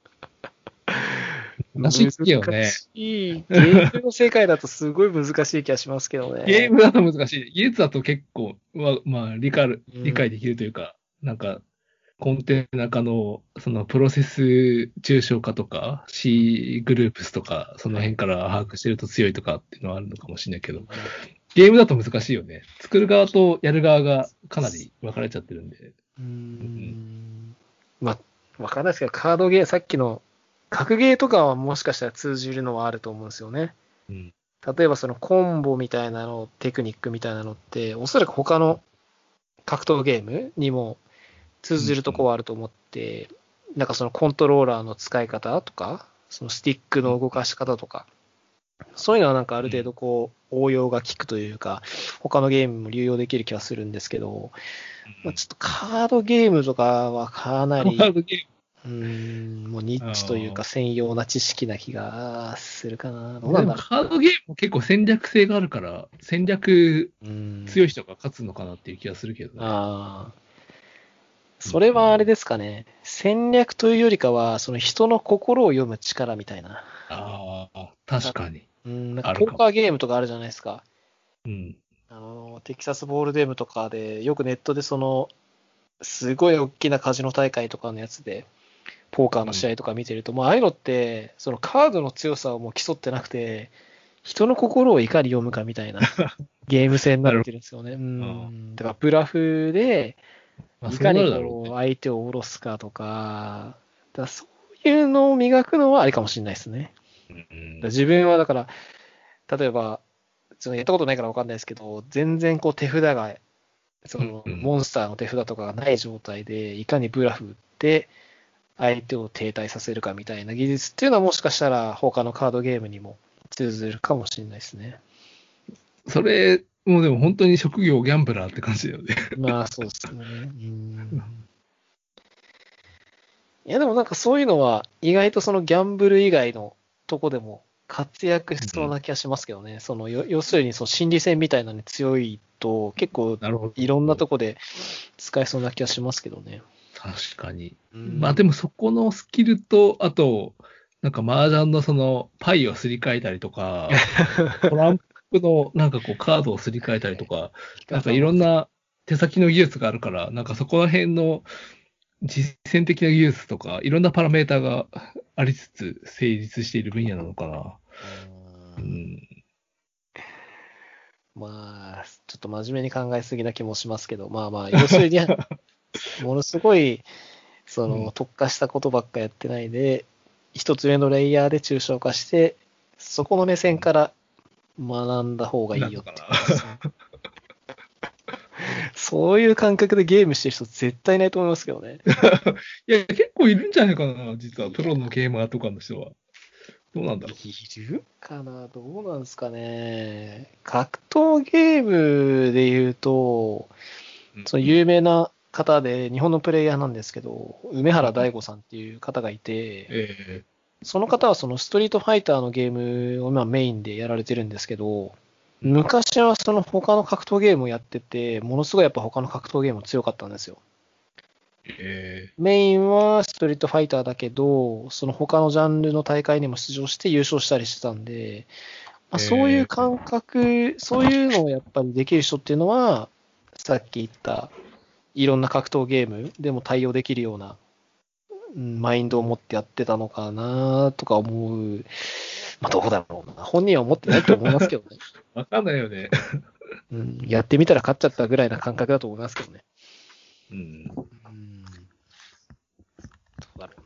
らし難いよね。 しい。ゲームの世界だとすごい難しい気がしますけどね。 ゲームだと難しい。技術だと結構、まあ、 うん。 理解できるというか、なんか、コンテナ化の、そのプロセス抽象化とか、C グループスとか、そのはい。 辺から把握してると強いとかっていうのはあるのかもしれないけど、 うん。 ゲームだと難しいよね。作る側とやる側がかなり分かれちゃってるんで。 ううん。 んまあ、わかんないですけど、カードゲー、さっきの格ゲーとかはもしかしたら通じるのはあると思うんですよね。 うん。 例えばそのコンボみたいなの、テクニックみたいなのって、おそらく他の格闘ゲームにも通じるとこはあると思って、なんかそのコントローラーの使い方とか、そのスティックの動かし方とか、そういうのはなんかある程度こう応用が効くというか、他のゲームも流用できる気はするんですけど、まあ、ちょっとカードゲームとかはかなハり、 ードゲもうニッチというーム。 か専用な知識な気がするかな。どうなんだろでもカードゲームも結構戦略性があるから、戦略う。 強い人が勝つのかなっていう気がするけどね。 ああ、 うそれはあれん。 ですかね。戦略というよりかは、その人の心を読む力みたいな。 ああ、確たかに。 なんかあるかも。 ポーカーゲームとかあるじゃないですか。 うん。 テキサスボールデームとかで、よくネットでその、すごい大きなカジノ大会とかのやつで、ポーカーうん。 の試合とか見てると、もうああいうのって、そのカードの強さをもう競ってなくて、人の心をいかに読むかみたいなゲーム性になっなるてるんですよね。 ほど。 だからブラフで、 まあ、 いかにそうなるだろうね。 こう、相手を下ろすかとか、そういうのを磨くのはありかもしれないですね。 うだからん。 自分はだから、例えば、そのやったことないから分かんないですけど、全然こう手札が、そのうん。 モンスターの手札とかがない状態で、いかにブラフ打って相手を停滞させるかみたいな技術っていうのはもしかしたら他のカードゲームにも通ずるかもしれないですね。 それ、もうでも本当に職業ギャンブラーって感じだよね。 まあそうですね。いやでもなんかそういうのは意外とそのギャンブル以外のとこでも活躍しうん。 そうな気がしますけどね。その要するにその心理戦みたいなのに強いと結構なるほいろんなど。 とこで使えそうな気がしますけどね。 確かに。 うん。 まあでもそこのスキルと、あと、なんか麻雀のそのパイをすり替えたりとか、トランプのなんかこうカードをすり替えたりとか、 ピカなんかさもです。 いろんな手先の技術があるから、なんかそこら辺の実践的な技術とか、いろんなパラメータがありつつ成立している分野なのかな。 ううんん。 まあ、 ちょっと真面目に考えすぎな気もしますけど、まあまあ、要するに、ものすごい、特化したことばっかやってないで、一つ上のレイヤーで抽象化して、そこの目線から学んだ方がいいよってことですね。そういう感覚でゲームしてる人絶対いないと思いますけどね。 いや、結構いるんじゃないかな、実は。プロのゲーマーとかの人は。どうなんだろう。 いるかな、どうなんですかね。格闘ゲームで言うと、その有名な方で、日本のプレイヤーなんですけど、梅原大吾さんっていう方がいて、その方はそのストリートファイターのゲームを今メインでやられてるんですけど、昔はその他の格闘ゲームをやってて、ものすごいやっぱ他の格闘ゲーム強かったんですよ。メインはストリートファイターだけど、その他のジャンルの大会にも出場して優勝したりしてたんで、まあ、そういう感覚、そういうのをやっぱりできる人っていうのは、さっき言ったいろんな格闘ゲームでも対応できるようなマインドを持ってやってたのかなとか思う。まあ、どうだろうな。本人は思ってないと思いますけどね。 わかんないよね。 やってみたら勝っちゃったぐらいな感覚だと思いますけどね。どうだろ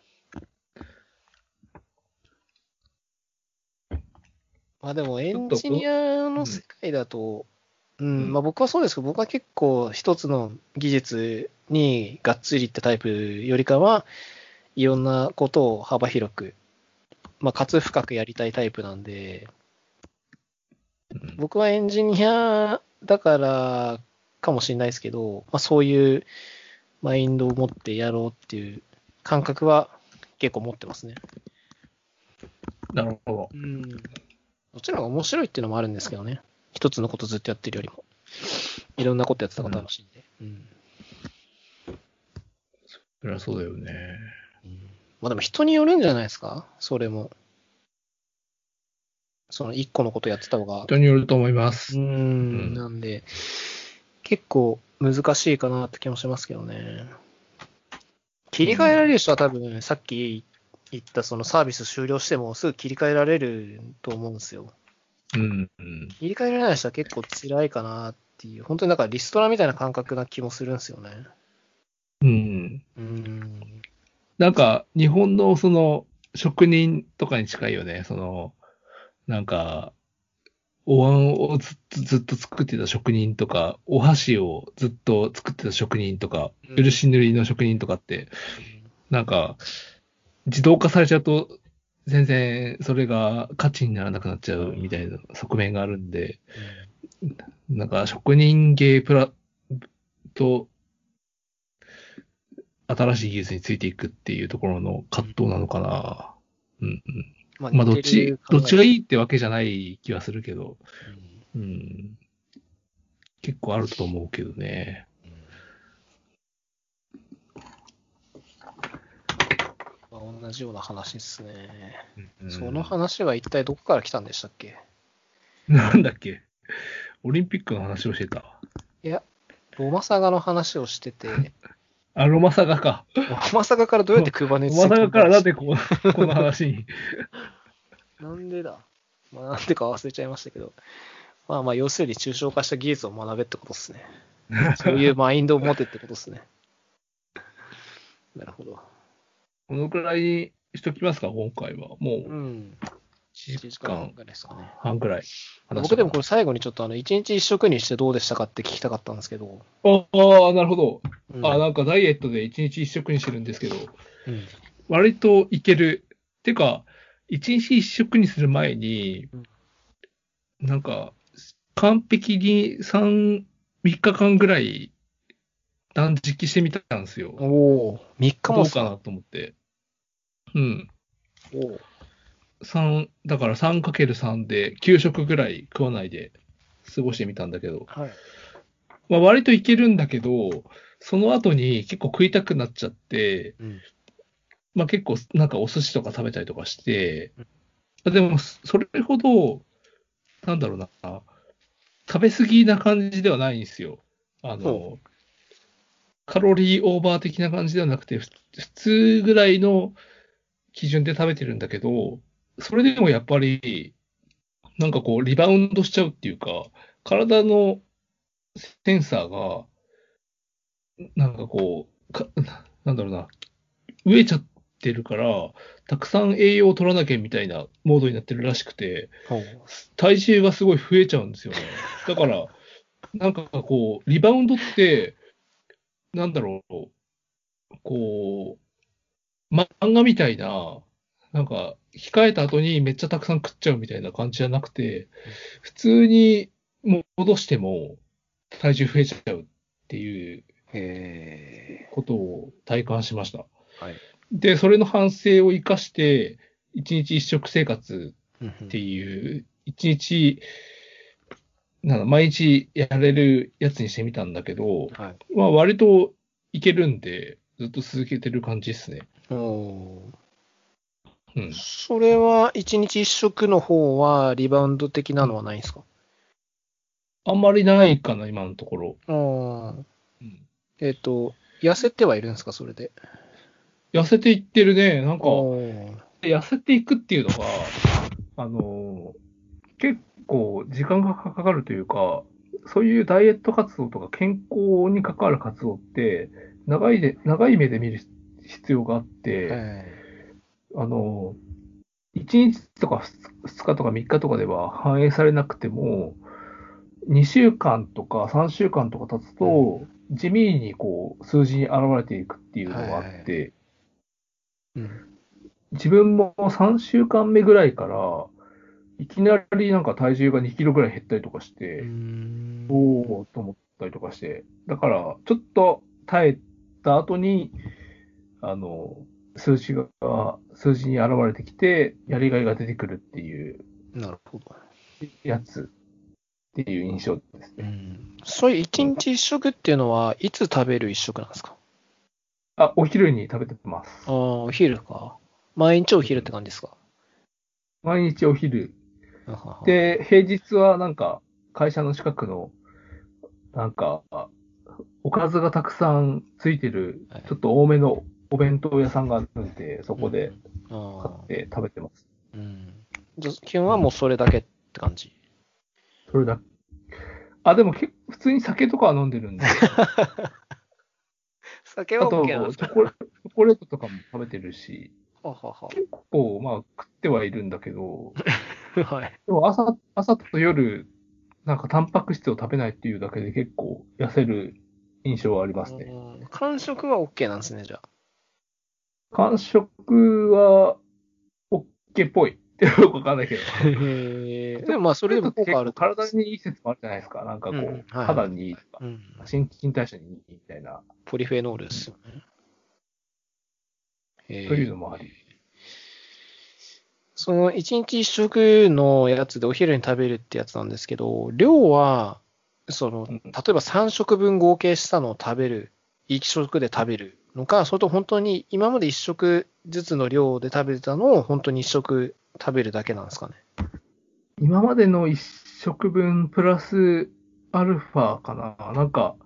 うな。まあでもエンジニアの世界だと、まあ僕はそうですけど、僕は結構一つの技術にがっつりってタイプよりかは、いろんなことを幅広く、まあかつ深くやりたいタイプなんで、僕はエンジニアだからかもしれないですけど、まあそういうマインドを持ってやろうっていう感覚は結構持ってますね。 なるほど。 どっちの方が面白いっていうのもあるんですけどね。一つのことずっとやってるよりも。いろんなことやってた方が楽しいんで。 そりゃそうだよね。 まあでも人によるんじゃないですか、それも。その一個のことやってた方が。 人によると思います。 なんで、結構難しいかなって気もしますけどね。切り替えられる人は多分、さっき言ったそのサービス終了してもすぐ切り替えられると思うんですよ。切り替えられない人は結構辛いかなっていう、本当になんかリストラみたいな感覚な気もするんですよね。 なんか、日本のその、職人とかに近いよね。なんか、お椀をずっと作ってた職人とか、お箸をずっと作ってた職人とか、漆塗りの職人とかって、なんか、自動化されちゃうと、全然それが価値にならなくなっちゃうみたいな側面があるんで、なんか職人芸と新しい技術についていくっていうところの葛藤なのかな。まあどっちがいいってわけじゃない気はするけど、結構あると思うけどね。 同じような話ですね。その話は一体どこから来たんでしたっけ？ なんだっけ？オリンピックの話をしてた。 いや、ロマサガの話をしてて。 あ、ロマサガか。 ロマサガからどうやってクーバネツにロマサガからなんでこの話に。 なんでだ。まあなんでか忘れちゃいましたけど。まあまあ、要するに抽象化した技術を学べってことですね。そういうマインドを持てってことですね。なるほど。 このくらいにしときますか、今回は。もう、 1 時間ぐらいですかね。 半くらい。 僕でもこれ最後にちょっと一日一食にしてどうでしたかって聞きたかったんですけど。 ああ、なるほど。なんかダイエットで一日一食にしてるんですけど、割といける。てか、一日一食にする前に、なんか、完璧に3日間ぐらい断食してみたんですよ。 3日もどうかなと思って。だから 3×3 で9食ぐらい食わないで過ごしてみたんだけど、まあ割といけるんだけど、その後に結構食いたくなっちゃって、まあ結構なんかお寿司とか食べたりとかして、でもそれほど、なんだろうな、食べ過ぎな感じではないんですよ。カロリーオーバー的な感じではなくて、普通ぐらいの基準で食べてるんだけど、それでもやっぱり、なんかこう、リバウンドしちゃうっていうか、体のセンサーが、なんかこう、なんだろうな、飢えちゃってるから、たくさん栄養を取らなきゃみたいなモードになってるらしくて、 ほう。 体重がすごい増えちゃうんですよね。だから、なんかこう、リバウンドって、なんだろう、こう、漫画みたいな、なんか、控えた後にめっちゃたくさん食っちゃうみたいな感じじゃなくて、普通に戻しても体重増えちゃうっていうへえ。 ことを体感しました。 はい。 で、それの反省を生かして、一日一食生活ってうんうん。 いう、一日、毎日やれるやつにしてみたんだけど、 はい。 まあ割といけるんで、ずっと続けてる感じですね。 おー。 うん。 それは、一日一食の方は、リバウンド的なのはないんですか？ あんまりないかな、今のところ。 ああ。 うん、 痩せてはいるんですか、それで。 痩せていってるね。なんか、 おー。 痩せていくっていうのが、あの結構時間がかかるというか、そういうダイエット活動とか健康に関わる活動って、長い目で見る必要があって、 はあの1日とか2日とか3日とかでは反映されなくても、2週間とか3週間とか経つい。うん。 と、地味にこう数字に現れていくっていうのがあっはい。 て、 うん。 自分も3週間目ぐらいから、いきなりなんか体重が2キロぐらい減ったりとかしうーて、 ん。 おーと思ったりとかして、だから、ちょっと耐えた後に、あの、数字に現れてきて、やりがいが出てくるっていうなるほど。 やつっていう印象ですね。 うん。そういう一うん、 日一食っていうのは、いつ食べる一食なんですか？ あ、お昼に食べてまああ、 す。 お昼か。毎日お昼ってうん、 感じですか？ 毎日お昼。 あはは。 で、平日はなんか、会社の近くの、なんか、おかずがたくさんついてる、 はい。 ちょっと多めのお弁当屋さんがあるんで、そうん。 こで買っああ。 て食べてます。 うん。じゃあ基本うん。 はもうそれだけって感じ。 それだ。あ、でも普通に酒とかは飲んでるんで、 酒はあ OK なんでと、 すか？ チョコレートとかも食べてるし、 ははは。 結構、まあ、食ってはいるんだけど、 はい。 でも朝と夜、なんかタンパク質を食べないっていうだけで結構痩せる印象はありますね。 うん。間食は OK なんですね、じゃあ。 間食は OK っぽい。よくわかんないけど。 へえ。 チョコでもまあ、それレートってでも効果ある結構ってことですね。 体にいい説もあるじゃないですか。なんかうん。 こう、 はいはい。 肌にいいとか、 うん。 新陳代謝にいいみたいな、 ポリフェノールですよね。 そういうへえ。 のもあり。 その一日一食のやつでお昼に食べるってやつなんですけど、量は、 うん、 例えば3食分合計したのを食べる、一食で食べるのか、それと本当に今まで一食ずつの量で食べてたのを本当に一食食べるだけなんですかね。 今までの一食分プラスアルファかな。なんか、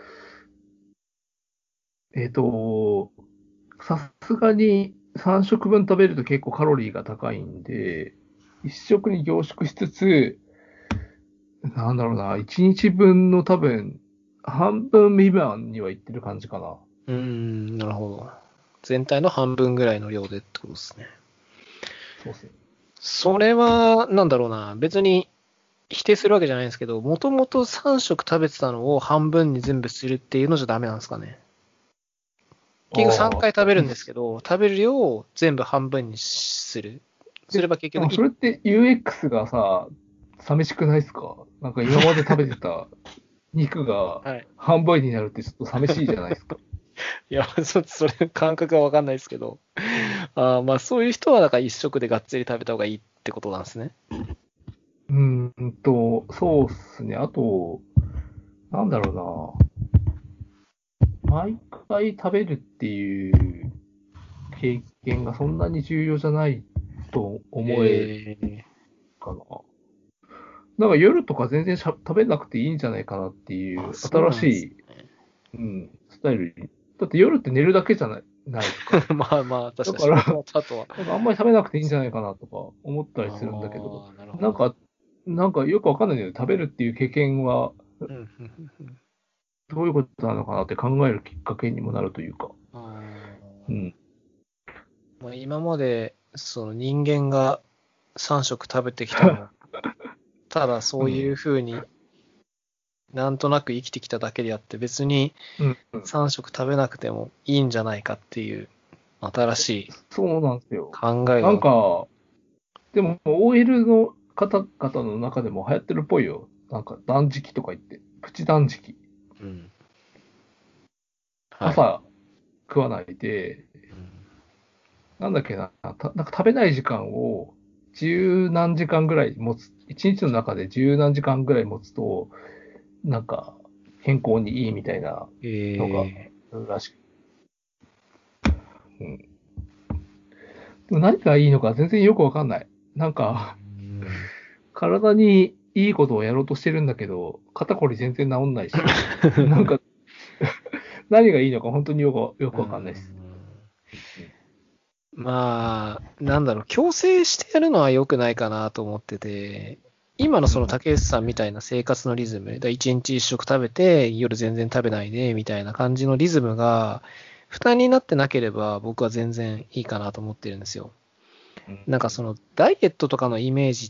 えっと、さすがに3食分食べると結構カロリーが高いんで、一食に凝縮しつつ、なんだろうな、1日分の多分、半分未満にはいってる感じかな。 なるほど。全体の半分ぐらいの量でってことですね。 そうですね。 それは、なんだろうな、別に否定するわけじゃないんですけど、もともと3食食べてたのを半分に全部するっていうのじゃダメなんですかね。結局3 ああ、 回食べるんですけど、食べる量を全部半分にする。すれば結局でもそれって UX がさ、寂しくないですか？なんか今まで食べてた肉がはい。 半分になるってちょっと寂しいじゃないですか。 いや、それ感覚はわかんないですけど。まあそういう人はだから一食でがっつり食べた方がいいってことなんですね。 そうっすね。あと、なんだろうな。毎回食べるっていう経験がそんなに重要じゃないと思えるえかな。なんか夜とか全然食べなくていいんじゃないかなっていあ、 うそうなんです。 新しい、スタイルに。だって夜って寝るだけじゃないですか。 まあまあ、確かに仕事だから、 の後は。 なんかあんまり食べなくていいんじゃないかなとか思ったりするんだけど、 ああ、なるほど。 なんか、なんかよくわかんないんだけど、食べるっていう経験はうんうんうんどういうことなのかなって考えるきっかけにもなるというか。 あーうん。 まあ、今までその人間が3食食べてきたのを、ただそういうふうになんとなく生きてきただけであって、別にうん。 3食食べなくてもいいんじゃないかっていう新しいそうなんですよ。 考えが、 なんか、でも OL の方々の中でも流行ってるっぽいよ。なんか断食とか言って、プチ断食。 うん。はい。 朝食わないで、なんだっけな、なんか食べない時間を十何時間ぐらい持つ、一日の中で十何時間ぐらい持つと、なんか健康にいいみたいなのがえあるらしく。うん。でも何がいいのか全然よくわかんない。なんか、 ー、 体にいいことをやろうとしてるんだけど、肩こり全然治んないし、なんか何がいいのか本当によくわかんないです。うん。 まあ、なんだろう、強制してやるのは良くないかなと思ってて、今のその竹内さんみたいな生活のリズム、一日一食食べて、夜全然食べないで、みたいな感じのリズムが、負担になってなければ僕は全然いいかなと思ってるんですよ。 うん。 なんかそのダイエットとかのイメージって、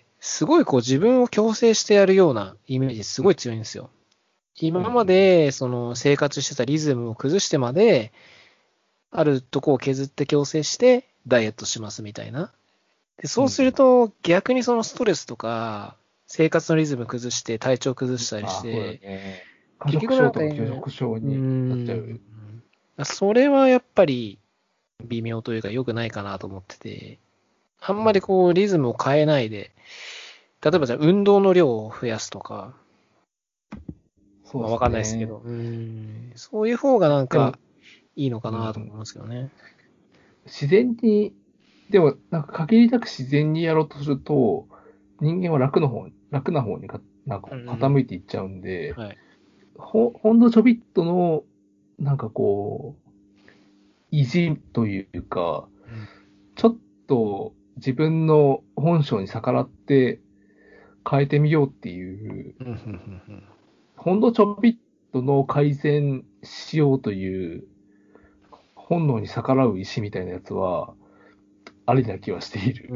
すごいこう自分を強制してやるようなイメージすごい強いんですよ。今までその生活してたリズムを崩してまで、あるとこを削って強制してダイエットしますみたいな。で、そうすると逆にそのストレスとか生活のリズム崩して体調崩したりしああ、そうだて、 ね。過結食局なんか、 症とか拒食症になっちゃう。 それはやっぱり微妙というか良くないかなと思ってて、あんまりこうリズムを変えないで、例えばじゃあ運動の量を増やすとか、 そうですまあわかんないですけね。 ど、そういう方がなんでも、 かいいのかうん、 なと思いますけどね。 自然に、でも、なんか限りなく自然にやろうとすると、人間は楽な方になんか傾いていっちゃうんで、 はい。 ほんのちょびっとの、なんかこう、意地というか、 うんちょっと自分の本性に逆らって変えてみようっていう、 うんうんうんほんのちょびっとの改善しようという本能に逆らう意志みたいなやつは、ありな気はしている。 うん。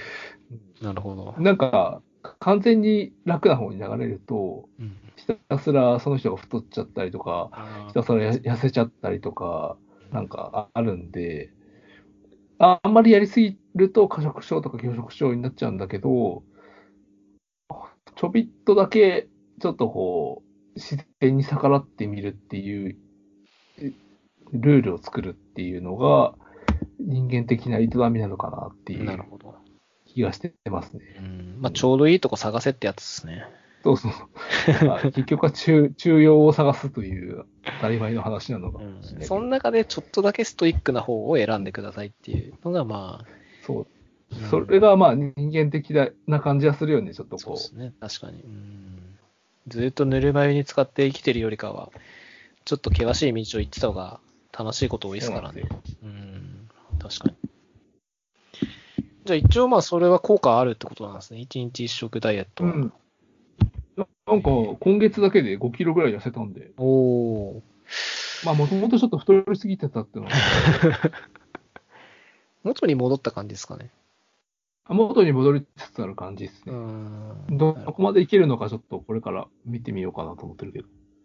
なるほど。 なんか、完全に楽な方に流れると、 うん。 ひたすらその人が太っちゃったりとか、 ああ、 ひたすら痩せちゃったりとか、なんかあるんで、あんまりやりすぎると過食症とか拒食症になっちゃうんだけど、ちょびっとだけ、ちょっとこう、自然に逆らってみるっていうルールを作るっていうのが、人間的な営みなのかなっていうなるほど。 気がしてますね。 まあ、ちょうどいいとこ探せってやつですね。 そうそう。なんか、結局は中庸を探すという当たり前の話なのかもしれないけど。 その中でちょっとだけストイックな方を選んでくださいっていうのが、まあ、 そう。それがまあ人間的な感じはするよね、ちょっとこそうですね。確かに。ずっとぬるま湯に使って生きてるよりかは、ちょっと険しい道を行ってた方が楽しいこと多いう。 ですからね。 そうなんですよ。 確かに。じゃあ一応まあそれは効果あるってことなんですね。一日一食ダイエットは。 うん。なんか、今月だけで5キロぐらい痩せたんで、 おー。 まあ、もともとちょっと太りすぎてたっていうのはあるんですけど、 元に戻った感じですかね。 元に戻りつつある感じですね。どなるほど。 こまでいけるのかちょっとこれから見てみようかなと思ってるけど。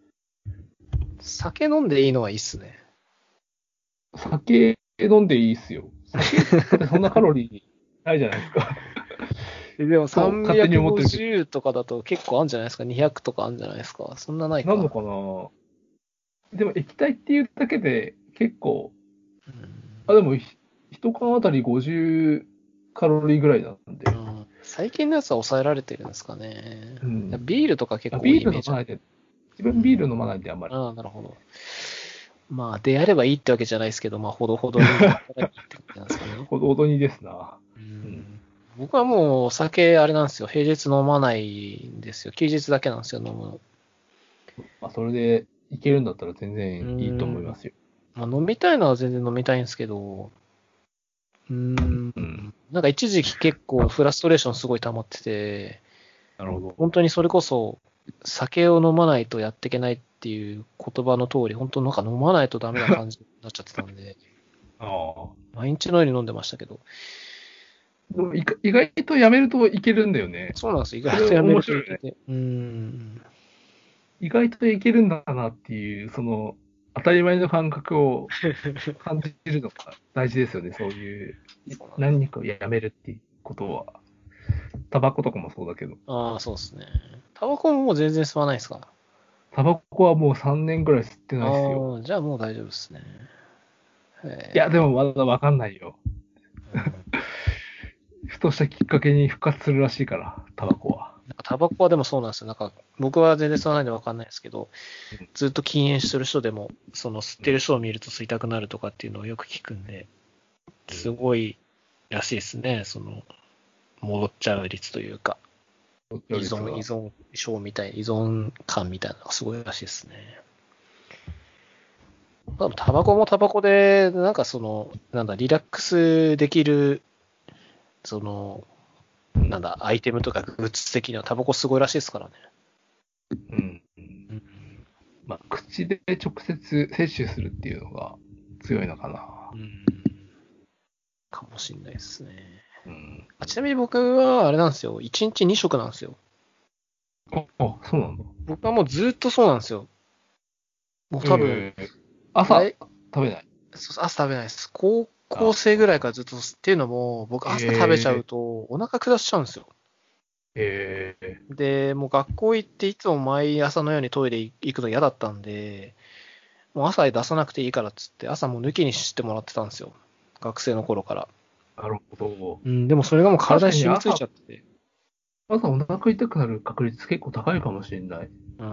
酒飲んでいいのはいいっすね。 酒飲んでいいっすよ。酒ってそんなカロリーないじゃないですか。 でもと勝手に思ってるけど。 350とかだと結構あるんじゃないですか。200とかあるんじゃないですか。そんなないか。 なんのかな。でも液体っていうだけで結構、でも一缶あたり50カロリーぐらいなんで。 最近のやつは抑えられてるんですかね。 うん。 ビールとか結構多いビールイメージある。 飲まないで、自分ビール飲まないんであんまり。 ああ、なるほど。まあ、であればいいってわけじゃないですけど、まあ、ほどほどにやったらいいって感じなんですかね。 ほどほどにですな。うん。 僕はもうお酒、あれなんですよ。平日飲まないんですよ。休日だけなんですよ、飲むの。 まあ、それでいけるんだったら全うー然いいと思いまん。 すよ。 まあ、飲みたいのは全然飲みたいんですけど、 うん。 なんか一時期結構フラストレーションすごい溜まってて、 なるほど。 本当にそれこそ酒を飲まないとやっていけないっていう言葉の通り、本当なんか飲まないとダメな感じになっちゃってたんで、 ああ。 毎日のように飲んでましたけど、 でも意外とやめるといけるんだよね。 そうなんですよ。意それ外とやめると面白いよね。 いけて。 意外といけるんだなっていう、その、当たり前の感覚を感じるのが大事ですよね。そういう、 そうなんです。 何かをやめるっていうことは。タバコとかもそうだけど。 ああ、そうですね。タバコももう全然吸わないですか？ タバコはもう3年ぐらい吸ってないですよ。 ああ、じゃあもう大丈夫ですね。 いや、でもへまだわかんないよ。 え。うん。 ふとしたきっかけに復活するらしいから、タバコは。 なんかタバコはでもそうなんですよ。なんか僕は全然吸わないんでわかんないですけど、 うん。 ずっと禁煙してる人でも、その吸っうん。 てる人を見ると吸いたくなるとかっていうのをよく聞くんで、すごいらしいですね。その、戻っちゃう率というか、 よりは。 依存症みたい、依存感みたいなのがすごいらしいですね。タバコもタバコで、なんかその、なんだ、リラックスできる、その、 うん。 なんだ、アイテムとかグッズ的にはタバコすごいらしいですからね。 うん。 うん、 まあ、口で直接摂取するっていうのが強いのかな。 うん、かもしんないですね。 うん。 ちなみに僕はあれなんですよ。1日2食なんですよ。 あ、そうなんだ。 僕はもうずっとそうなんですよ。もう多分、 朝大、 食べない。 朝食べないです。高校あ、 生ぐらいからずっと、っていうのも、僕朝食べちゃうえとお腹下しちゃうんですよ。 えで、もう学校行っていつも毎朝のようにトイレ行くの嫌だったんで、もう朝出さなくていいからっつって、朝もう抜きにしてもらってたんですよ。学生の頃から。 なるほど。 うん、でもそれがもう確体に染みついかにちゃってて。 朝お腹痛くなる確率結構高いかもしれない。 うん。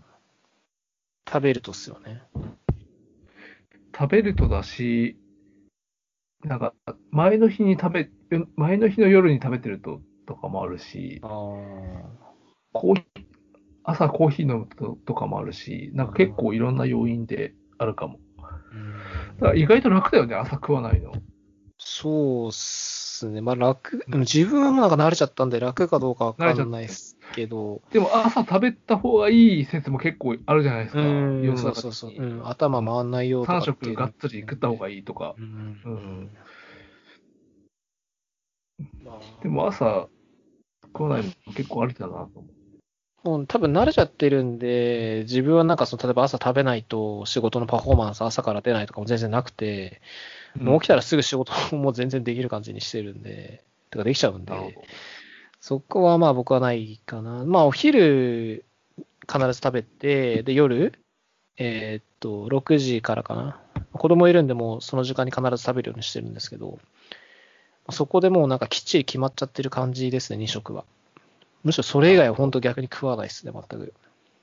食べるとっすよね。 食べるとだし、なんか、前の日の夜に食べてるとかもあるし、 ああ。 コーヒー、朝コーヒー飲むとかもあるし、なんか結構いろんな要因であるかも。 うん。 だから意外と楽だよね、朝食わないの。 そうっすね。まあ楽、自分はもうなんか慣れちゃったんで楽かどうかわかんないで慣れちゃって。 すけど、 でも朝食べた方がいい説も結構あるじゃないですか、世のそうそうそう。う中的に。 ん、頭うん。 回んないよと 3 かっていうのも食がっつり聞くんで。 食った方がいいとか。 うん。 うん。 までもあ、 朝食わないの結構ありだなと思もう多分慣れちゃってるんで、自分はなんかその、例えば朝食べないと仕事のパフォーマンス朝から出ないとかも全然なくて、 う。うん。 もう起きたらすぐ仕事も全然できる感じにしてるんで、てかできちゃうんで、 なるほど。 そこはまあ僕はないかな。まあお昼必ず食べて、で夜、6時からかな。子供いるんでもうその時間に必ず食べるようにしてるんですけど、そこでもうなんかきっちり決まっちゃってる感じですね、2食は。むしろそれ以外は本なるほど。 当逆に食わないですね、全く。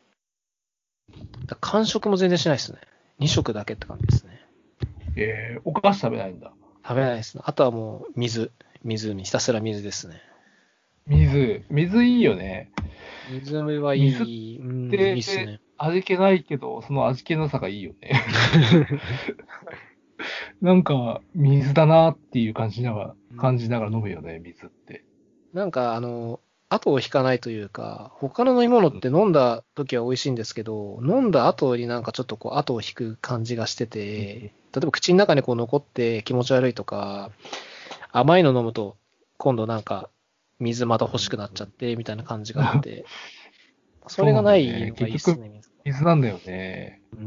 間食も全然しないですね。2食だけって感じですね。 お菓子食べないんだ。 食べないですね。あとはもうひたすら水ですね。 水いいよね。 水はい水っい、うん、いいっすてね。 味気ないけど、その味気なさがいいよね。なんか、水だなっていう感じながら飲むよね、水って。 なんか後を引かないというか、他の飲み物っうん。 て飲んだ時は美味しいんですけど、飲んだ後になんかちょっとこう後を引く感じがしてて、 うん。 例えば口の中にこう残って気持ち悪いとか、甘いの飲むと今度なんか水また欲しくなっちゃってみたいな感じがあって、そそうれがななんだよね。 いのがいいっ結局、 すね、水。 水なんだよね。 うん。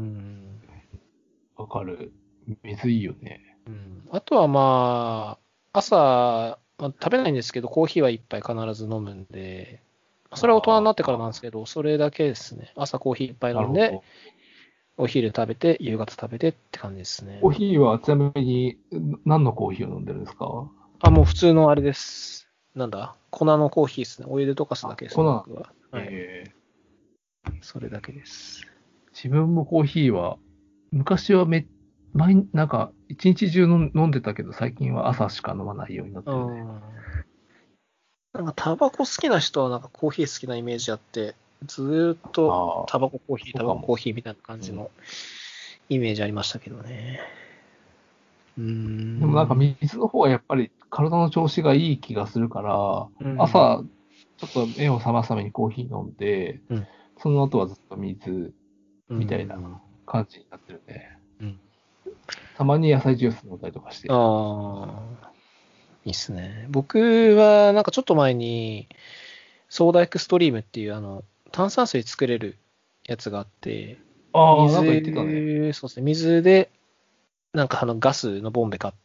わかる。水いいよね。 うん。あとはまあ、朝、まあ、食べないんですけど、コーヒーは一杯必ず飲むんで、それは大人になってからなんですあけど、それだけですね。朝コーヒー一杯あ、な飲んで、 るほど。 お昼食べて、夕方食べてって感じですね。 コーヒーはちなみに何のコーヒーを飲んでるんですか？ あ、もう普通のあれです。なんだ粉のコーヒーですね。お湯で溶かすだあ、 けですね、 粉なんだ。 僕は。はい。 えーそれだけです。 自分もコーヒーは、昔はなんか、一日中飲んでたけど、最近は朝しか飲まないようになっうてるね。 ん。なんかタバコ好きな人はなんかコーヒー好きなイメージあって、ずーっとああ、 タバココーそうかも。 ヒーみたいな感うん。 じのイメージありましたけどね。うーでもなんかん。 水の方がやっぱり体の調子がいい気がするから、 う朝ん。 ちょっと目を覚ますためにコーヒー飲んで、 うん。 その後はずっと水うみたいなん。 感じになってるね。 うん。 たまに野菜ジュース飲んだりとかして。 ああ、いいっすね。僕は、なんかちょっと前に、ソーダエクストリームっていう、炭酸水作れるやつがあって、 ああ、なんか言ってたね。 そうですね、水で、なんかガスのボンベ買って、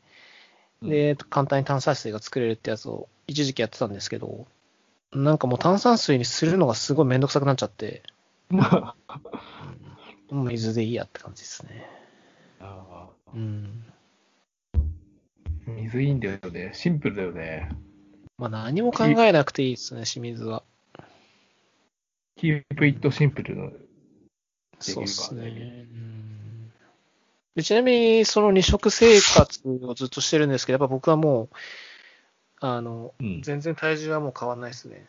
うん。 で、簡単に炭酸水が作れるってやつを一時期やってたんですけど、なんかもう炭酸水にするのがすごいめんどくさくなっちゃって、うん、もう水でいいやって感じですね。 あうん。 ー水いいんだよね。シンプルだよね。 まあ何も考キえなくていいですね、清水は。 ープイットシンプルのでそうっきるからね。 すね。うん。でちなみに、その二食生活をずっとしてるんですけど、やっぱ僕はもう、 うん。 全然体重はもう変わんないですね。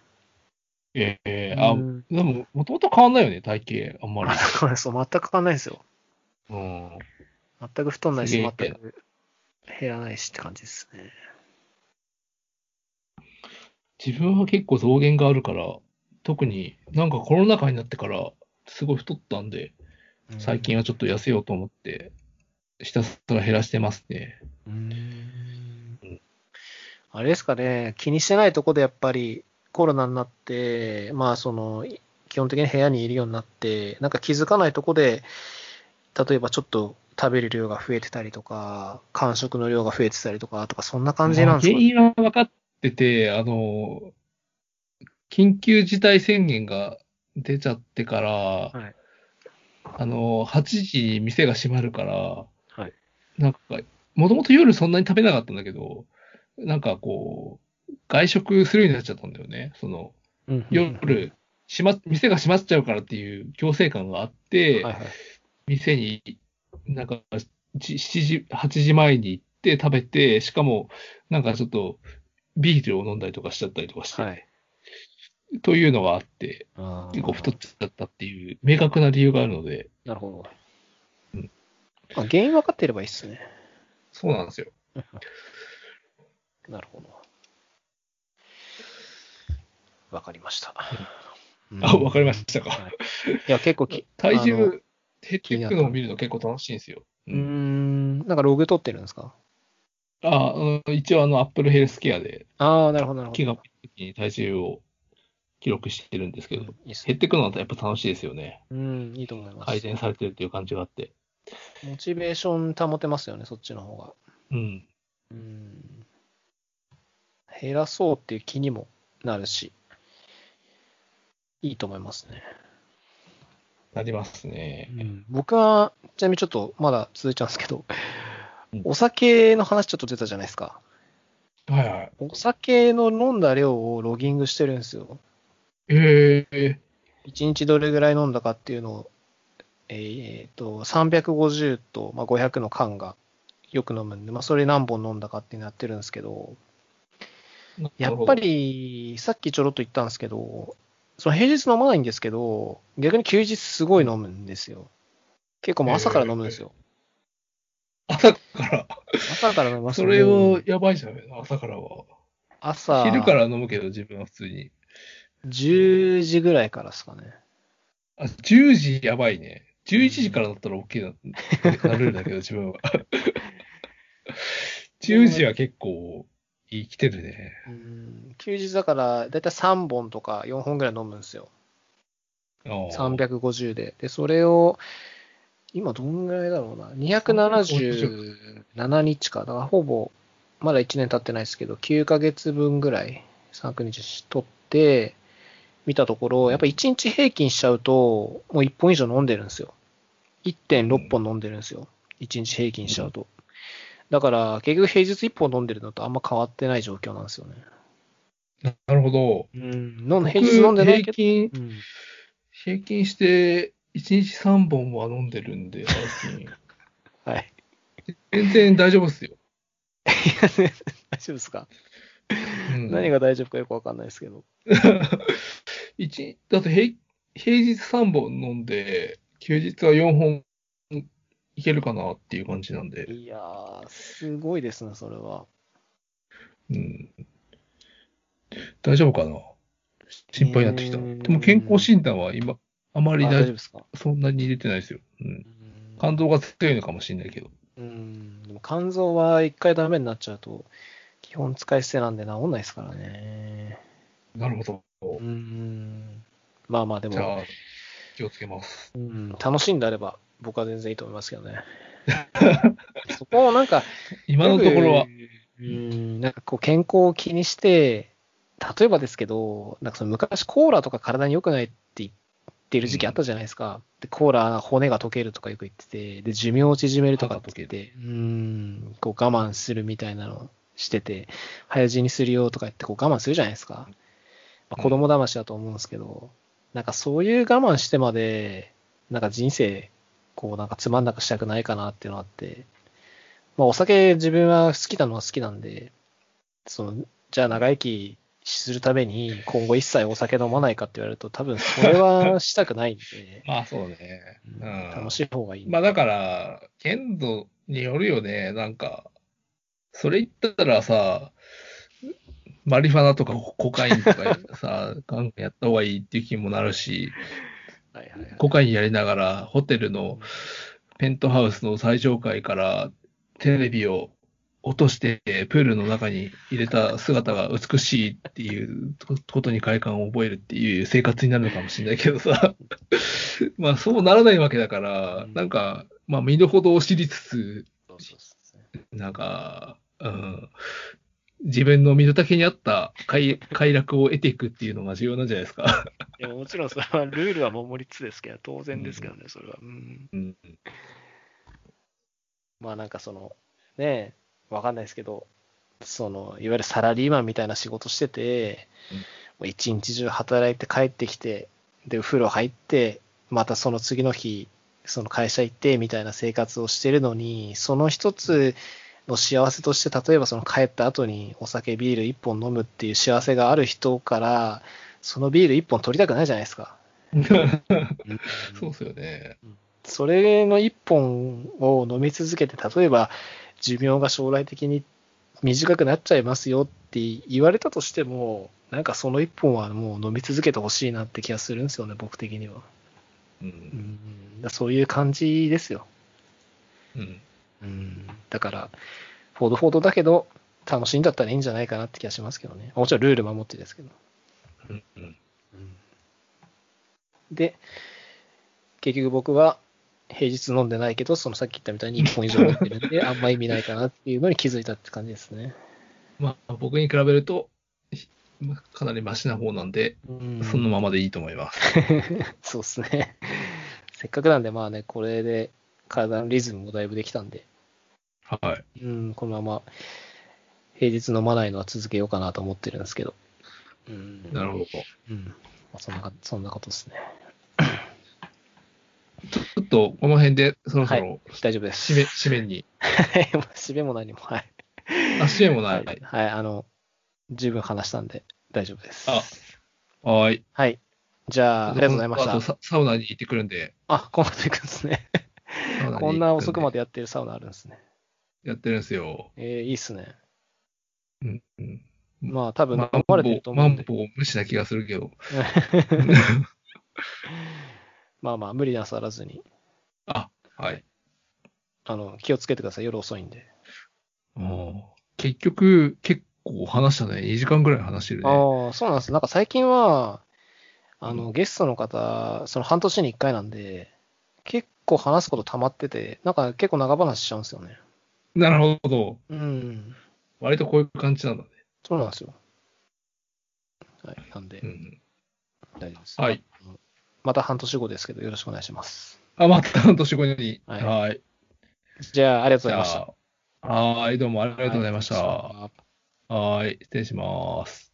うんでも、もともと変わんないよね、体型、あんまり。 そう、全く変わんないですよ。 うん。 全く太んないし、全すげえ。 く減らないしって感じですね。 自分は結構増減があるから、特になんかコロナ禍になってから、すごい太ったんで、 うん。 最近はちょっと痩せようと思って、ひたすら減らしてますね。 うん。 うん。 あれですかね、気にしてないとこでやっぱりコロナになって、まあ基本的に部屋にいるようになって、なんか気づかないとこで、例えばちょっと食べる量が増えてたりとか、間食の量が増えてたりとか、そんな感じああ、 なんですかね。 原因は分かってて、緊急事態宣言が出ちゃってから、 はい。 8時に店が閉まるから、 はい。 なんか、もともと夜そんなに食べなかったんだけど、なんかこう、外食するようになっちゃったんだよね。 うん、うん、うん。うん。 夜、店が閉まっちゃうからっていう強制感があって、 はいはい。 店になんか7時、8時前に行って食べて、しかもなんかちょっとビールを飲んだりとかしちゃったりとかして、 はい。 というのがあって、結構太っあちゃったっていう明確な理由があるので、 あ、なるほど。 うん、 まあ、原因分かっていればいいっすね。 そうなんですよ。 なるほど。分かりました。 うん、 うあ、わかりまん。 したか。 はい。いや、結構体重減っていくのを気になったんで。 見るの結構楽しいんですよ。ううーん。 ん。なんかログ取ってるんですか？ 一応アップルヘルスケアでああー、なるほど、なるほど。 気が向いた時に体重を記録してるんですけど、 うん、いいっすね。 減っていくのはやっぱ楽しいですよね。 うん、いいと思います。 改善されてるっていう感じがあって。 モチベーション保てますよね、そっちの方が。 うん。 うん。減らそうっていう気にもなるし、いいと思いますね。 なりますね。 うん。僕は、ちなみにちょっとまだ続いちゃうんですけど、 うん。 お酒の話ちょっと出たじゃないですか。 はいはい。 お酒の飲んだ量をロギングしてるんですよ。 ええ、 1日どれぐらい飲んだかっていうのを、350と、まあ、500の缶がよく飲むんで、まあ、それ何本飲んだかってなってるんですけど、 なやっぱるほど。 り、さっきちょろっと言ったんですけど、その平日飲まないんですけど、逆に休日すごいうん。 飲むんですよ。結構もう朝から飲むんですええ、 よ。 朝から。 朝から飲みますそね。もう、 れをやばいじゃん、朝からは。昼か朝ら飲むけど、自分は普通に。うん。 10時ぐらいからですかね。 あ、10時やばいね。11時かうん。 らだったら OK なルールだけど、自分は。10 でも、 時は結構生きてるね。 うん、休日だから、だいたい3本とか4本ぐらい飲むんですよ。 ああ、 350で。で、それを、今どんぐらいだろうな。 350。 277日か。だからほぼ、まだ1年経ってないですけど、9ヶ月分ぐらい、3日取って、見たところ、やっぱうん。 1日平均しちゃうと、もう1本以上飲んでるんですよ。1.6 うん。 本飲んでるんですよ。1日平均しちうん。 ゃうと。だから、結局平日1本飲んでるのとあんま変わってない状況なんですよね。 なるほど。 うん、平日飲僕、 んでないけど、うん。 平均して1日3本は飲んでるんで、最近。 はい。 全然大丈夫っすよ。 いや、全然大丈夫ですか？ うん。 何が大丈夫かよくわかんないですけど。 だって平日3本飲んで、休日は4本いけるかなっていう感じなんで。 いやー、すごいですね、それは。 うん。大丈夫かな。 心配になってきた。でも健康診断は今、あまりあ、大丈夫ですか？ そんなに入れてないですよ。うん。 うん肝臓が強いのかもしれないけど。 でも肝臓は一回ダメになっちゃうと、基本使い捨てなんで治んないですからね。 なるほど。 まあまあでも、 じゃあ、気をつけます。 楽しいんであれば、僕は全然いいと思いますけどね。そこをなんか、 今よく、 のところは、 なんかこう健康を気にして、例えばですけど、なんかその昔コーラとか体に良くないって言ってる時期あったじゃないですか。で、コーラ骨が溶けるとかよく言ってて、で、寿命を縮めるとかって言って、こう我慢するみたいなのをしてて、早死にするよとか言ってこう我慢するじゃないですか。まあ、子供騙しだと思うんですけど、なんかそういう我慢してまで、なんか人生、こうなんかつまんなくしたくないかなっていうのがあって、まあお酒自分は好きなのは好きなんで、じゃあ長生きするために今後一切お酒飲まないかって言われると多分それはしたくないんで、 まあそうね。うん。 楽しい方がいいんで。 まあだから、限度によるよね。なんか、それ言ったらさ、マリファナとかコカインとかさ、ガンガンやった方がいいっていう気もなるし、 はいはいはい。 コカインやりながらホテルのペントハウスの最上階からテレビを落としてプールの中に入れた姿が美しいっていうことに快感を覚えるっていう生活になるのかもしれないけどさ、まあそうならないわけだから、なんか、まあ身の程を知りつつ、 そうそうそう。 なんか、自分の身の丈に合った快楽を得ていくっていうのが重要なんじゃないですか。 いや、もちろんそれはルールは守りつつですけど、当うん。 然ですけどね、それは。 うん。 まあなんかねえ、わかんないですけど、いわゆるサラリーマンみたいな仕事してて、もう一日中働いて帰ってきて、で、お風呂入って、またその次の日、その会社行ってみたいな生活をしてるのに、その一つの幸せとして、例えばその帰った後にお酒ビール一本飲むっていう幸せがある人から、そのビール一本取りたくないじゃないですか。うんそうですよね。 それの一本を飲み続けて、例えば寿命が将来的に短くなっちゃいますよって言われたとしても、なんかその一本はもう飲み続けてほしいなって気がするんですよね、僕的には。 うん。 そういう感じですよ。 うん。 だから、ほどほどだけど、楽しいんだったらいいんじゃないかなって気がしますけどね。もちろんルール守ってですけど。 うん。うん。 で、結局僕は平日飲んでないけど、さっき言ったみたいに1本以上飲んでるんで、あんま意味ないかなっていうのに気づいたって感じですね。 まあ僕に比べると、かなりマシな方なんで、そのままでいいと思います。 そうですね。せっかくなんで、まあね、これで体のリズムもだいぶできたんで、 はい。 このまま平日飲まないのは続けようかなと思ってるんですけど。 なるほど。 まあ、そんなことですね。 ちょっとこの辺でそろそはい、 ろ大丈夫です。 締めに。 締めも何も、はい。 締めもなはい、 い。 はい、十分話したんで大丈夫であ、 す。 はい。 はい。じゃあ、ありがとうごこのざいました。 後サウナに行ってくるんで、 あ、こんなと行くんですね。 サウナにこんな行くんで、 遅くまでやってるサウナあるんですね。 やってるんですよ。 いいっすね。 うんうん。 まあ、多分飲まれてると思うんで。 マンボウ無視な気がするけど。 まあまあ、無理なさらずに。 あ、はい。 気をつけてください。夜遅いんで。 結局、結構話したね。2時間ぐらい話してるね。 ああ、そうなんです。なんか最近は、 うん。 ゲストの方、半年に1回なんで、結構話すこと溜まってて、なんか結構長話しちゃうんですよね。 なるほど。 うん。 割とこういう感じなんだね。 そうなんですよ。はい。なんで、 うん。 大丈夫です。 はい。 また半年後ですけど、よろしくお願いします。 あ、また半年後に。 はい。 はい。 じゃあ、ありがとうございました。 じゃあ、はい。どうもありがとうはい、ありがとうございございましました。 た。 はい。失礼します。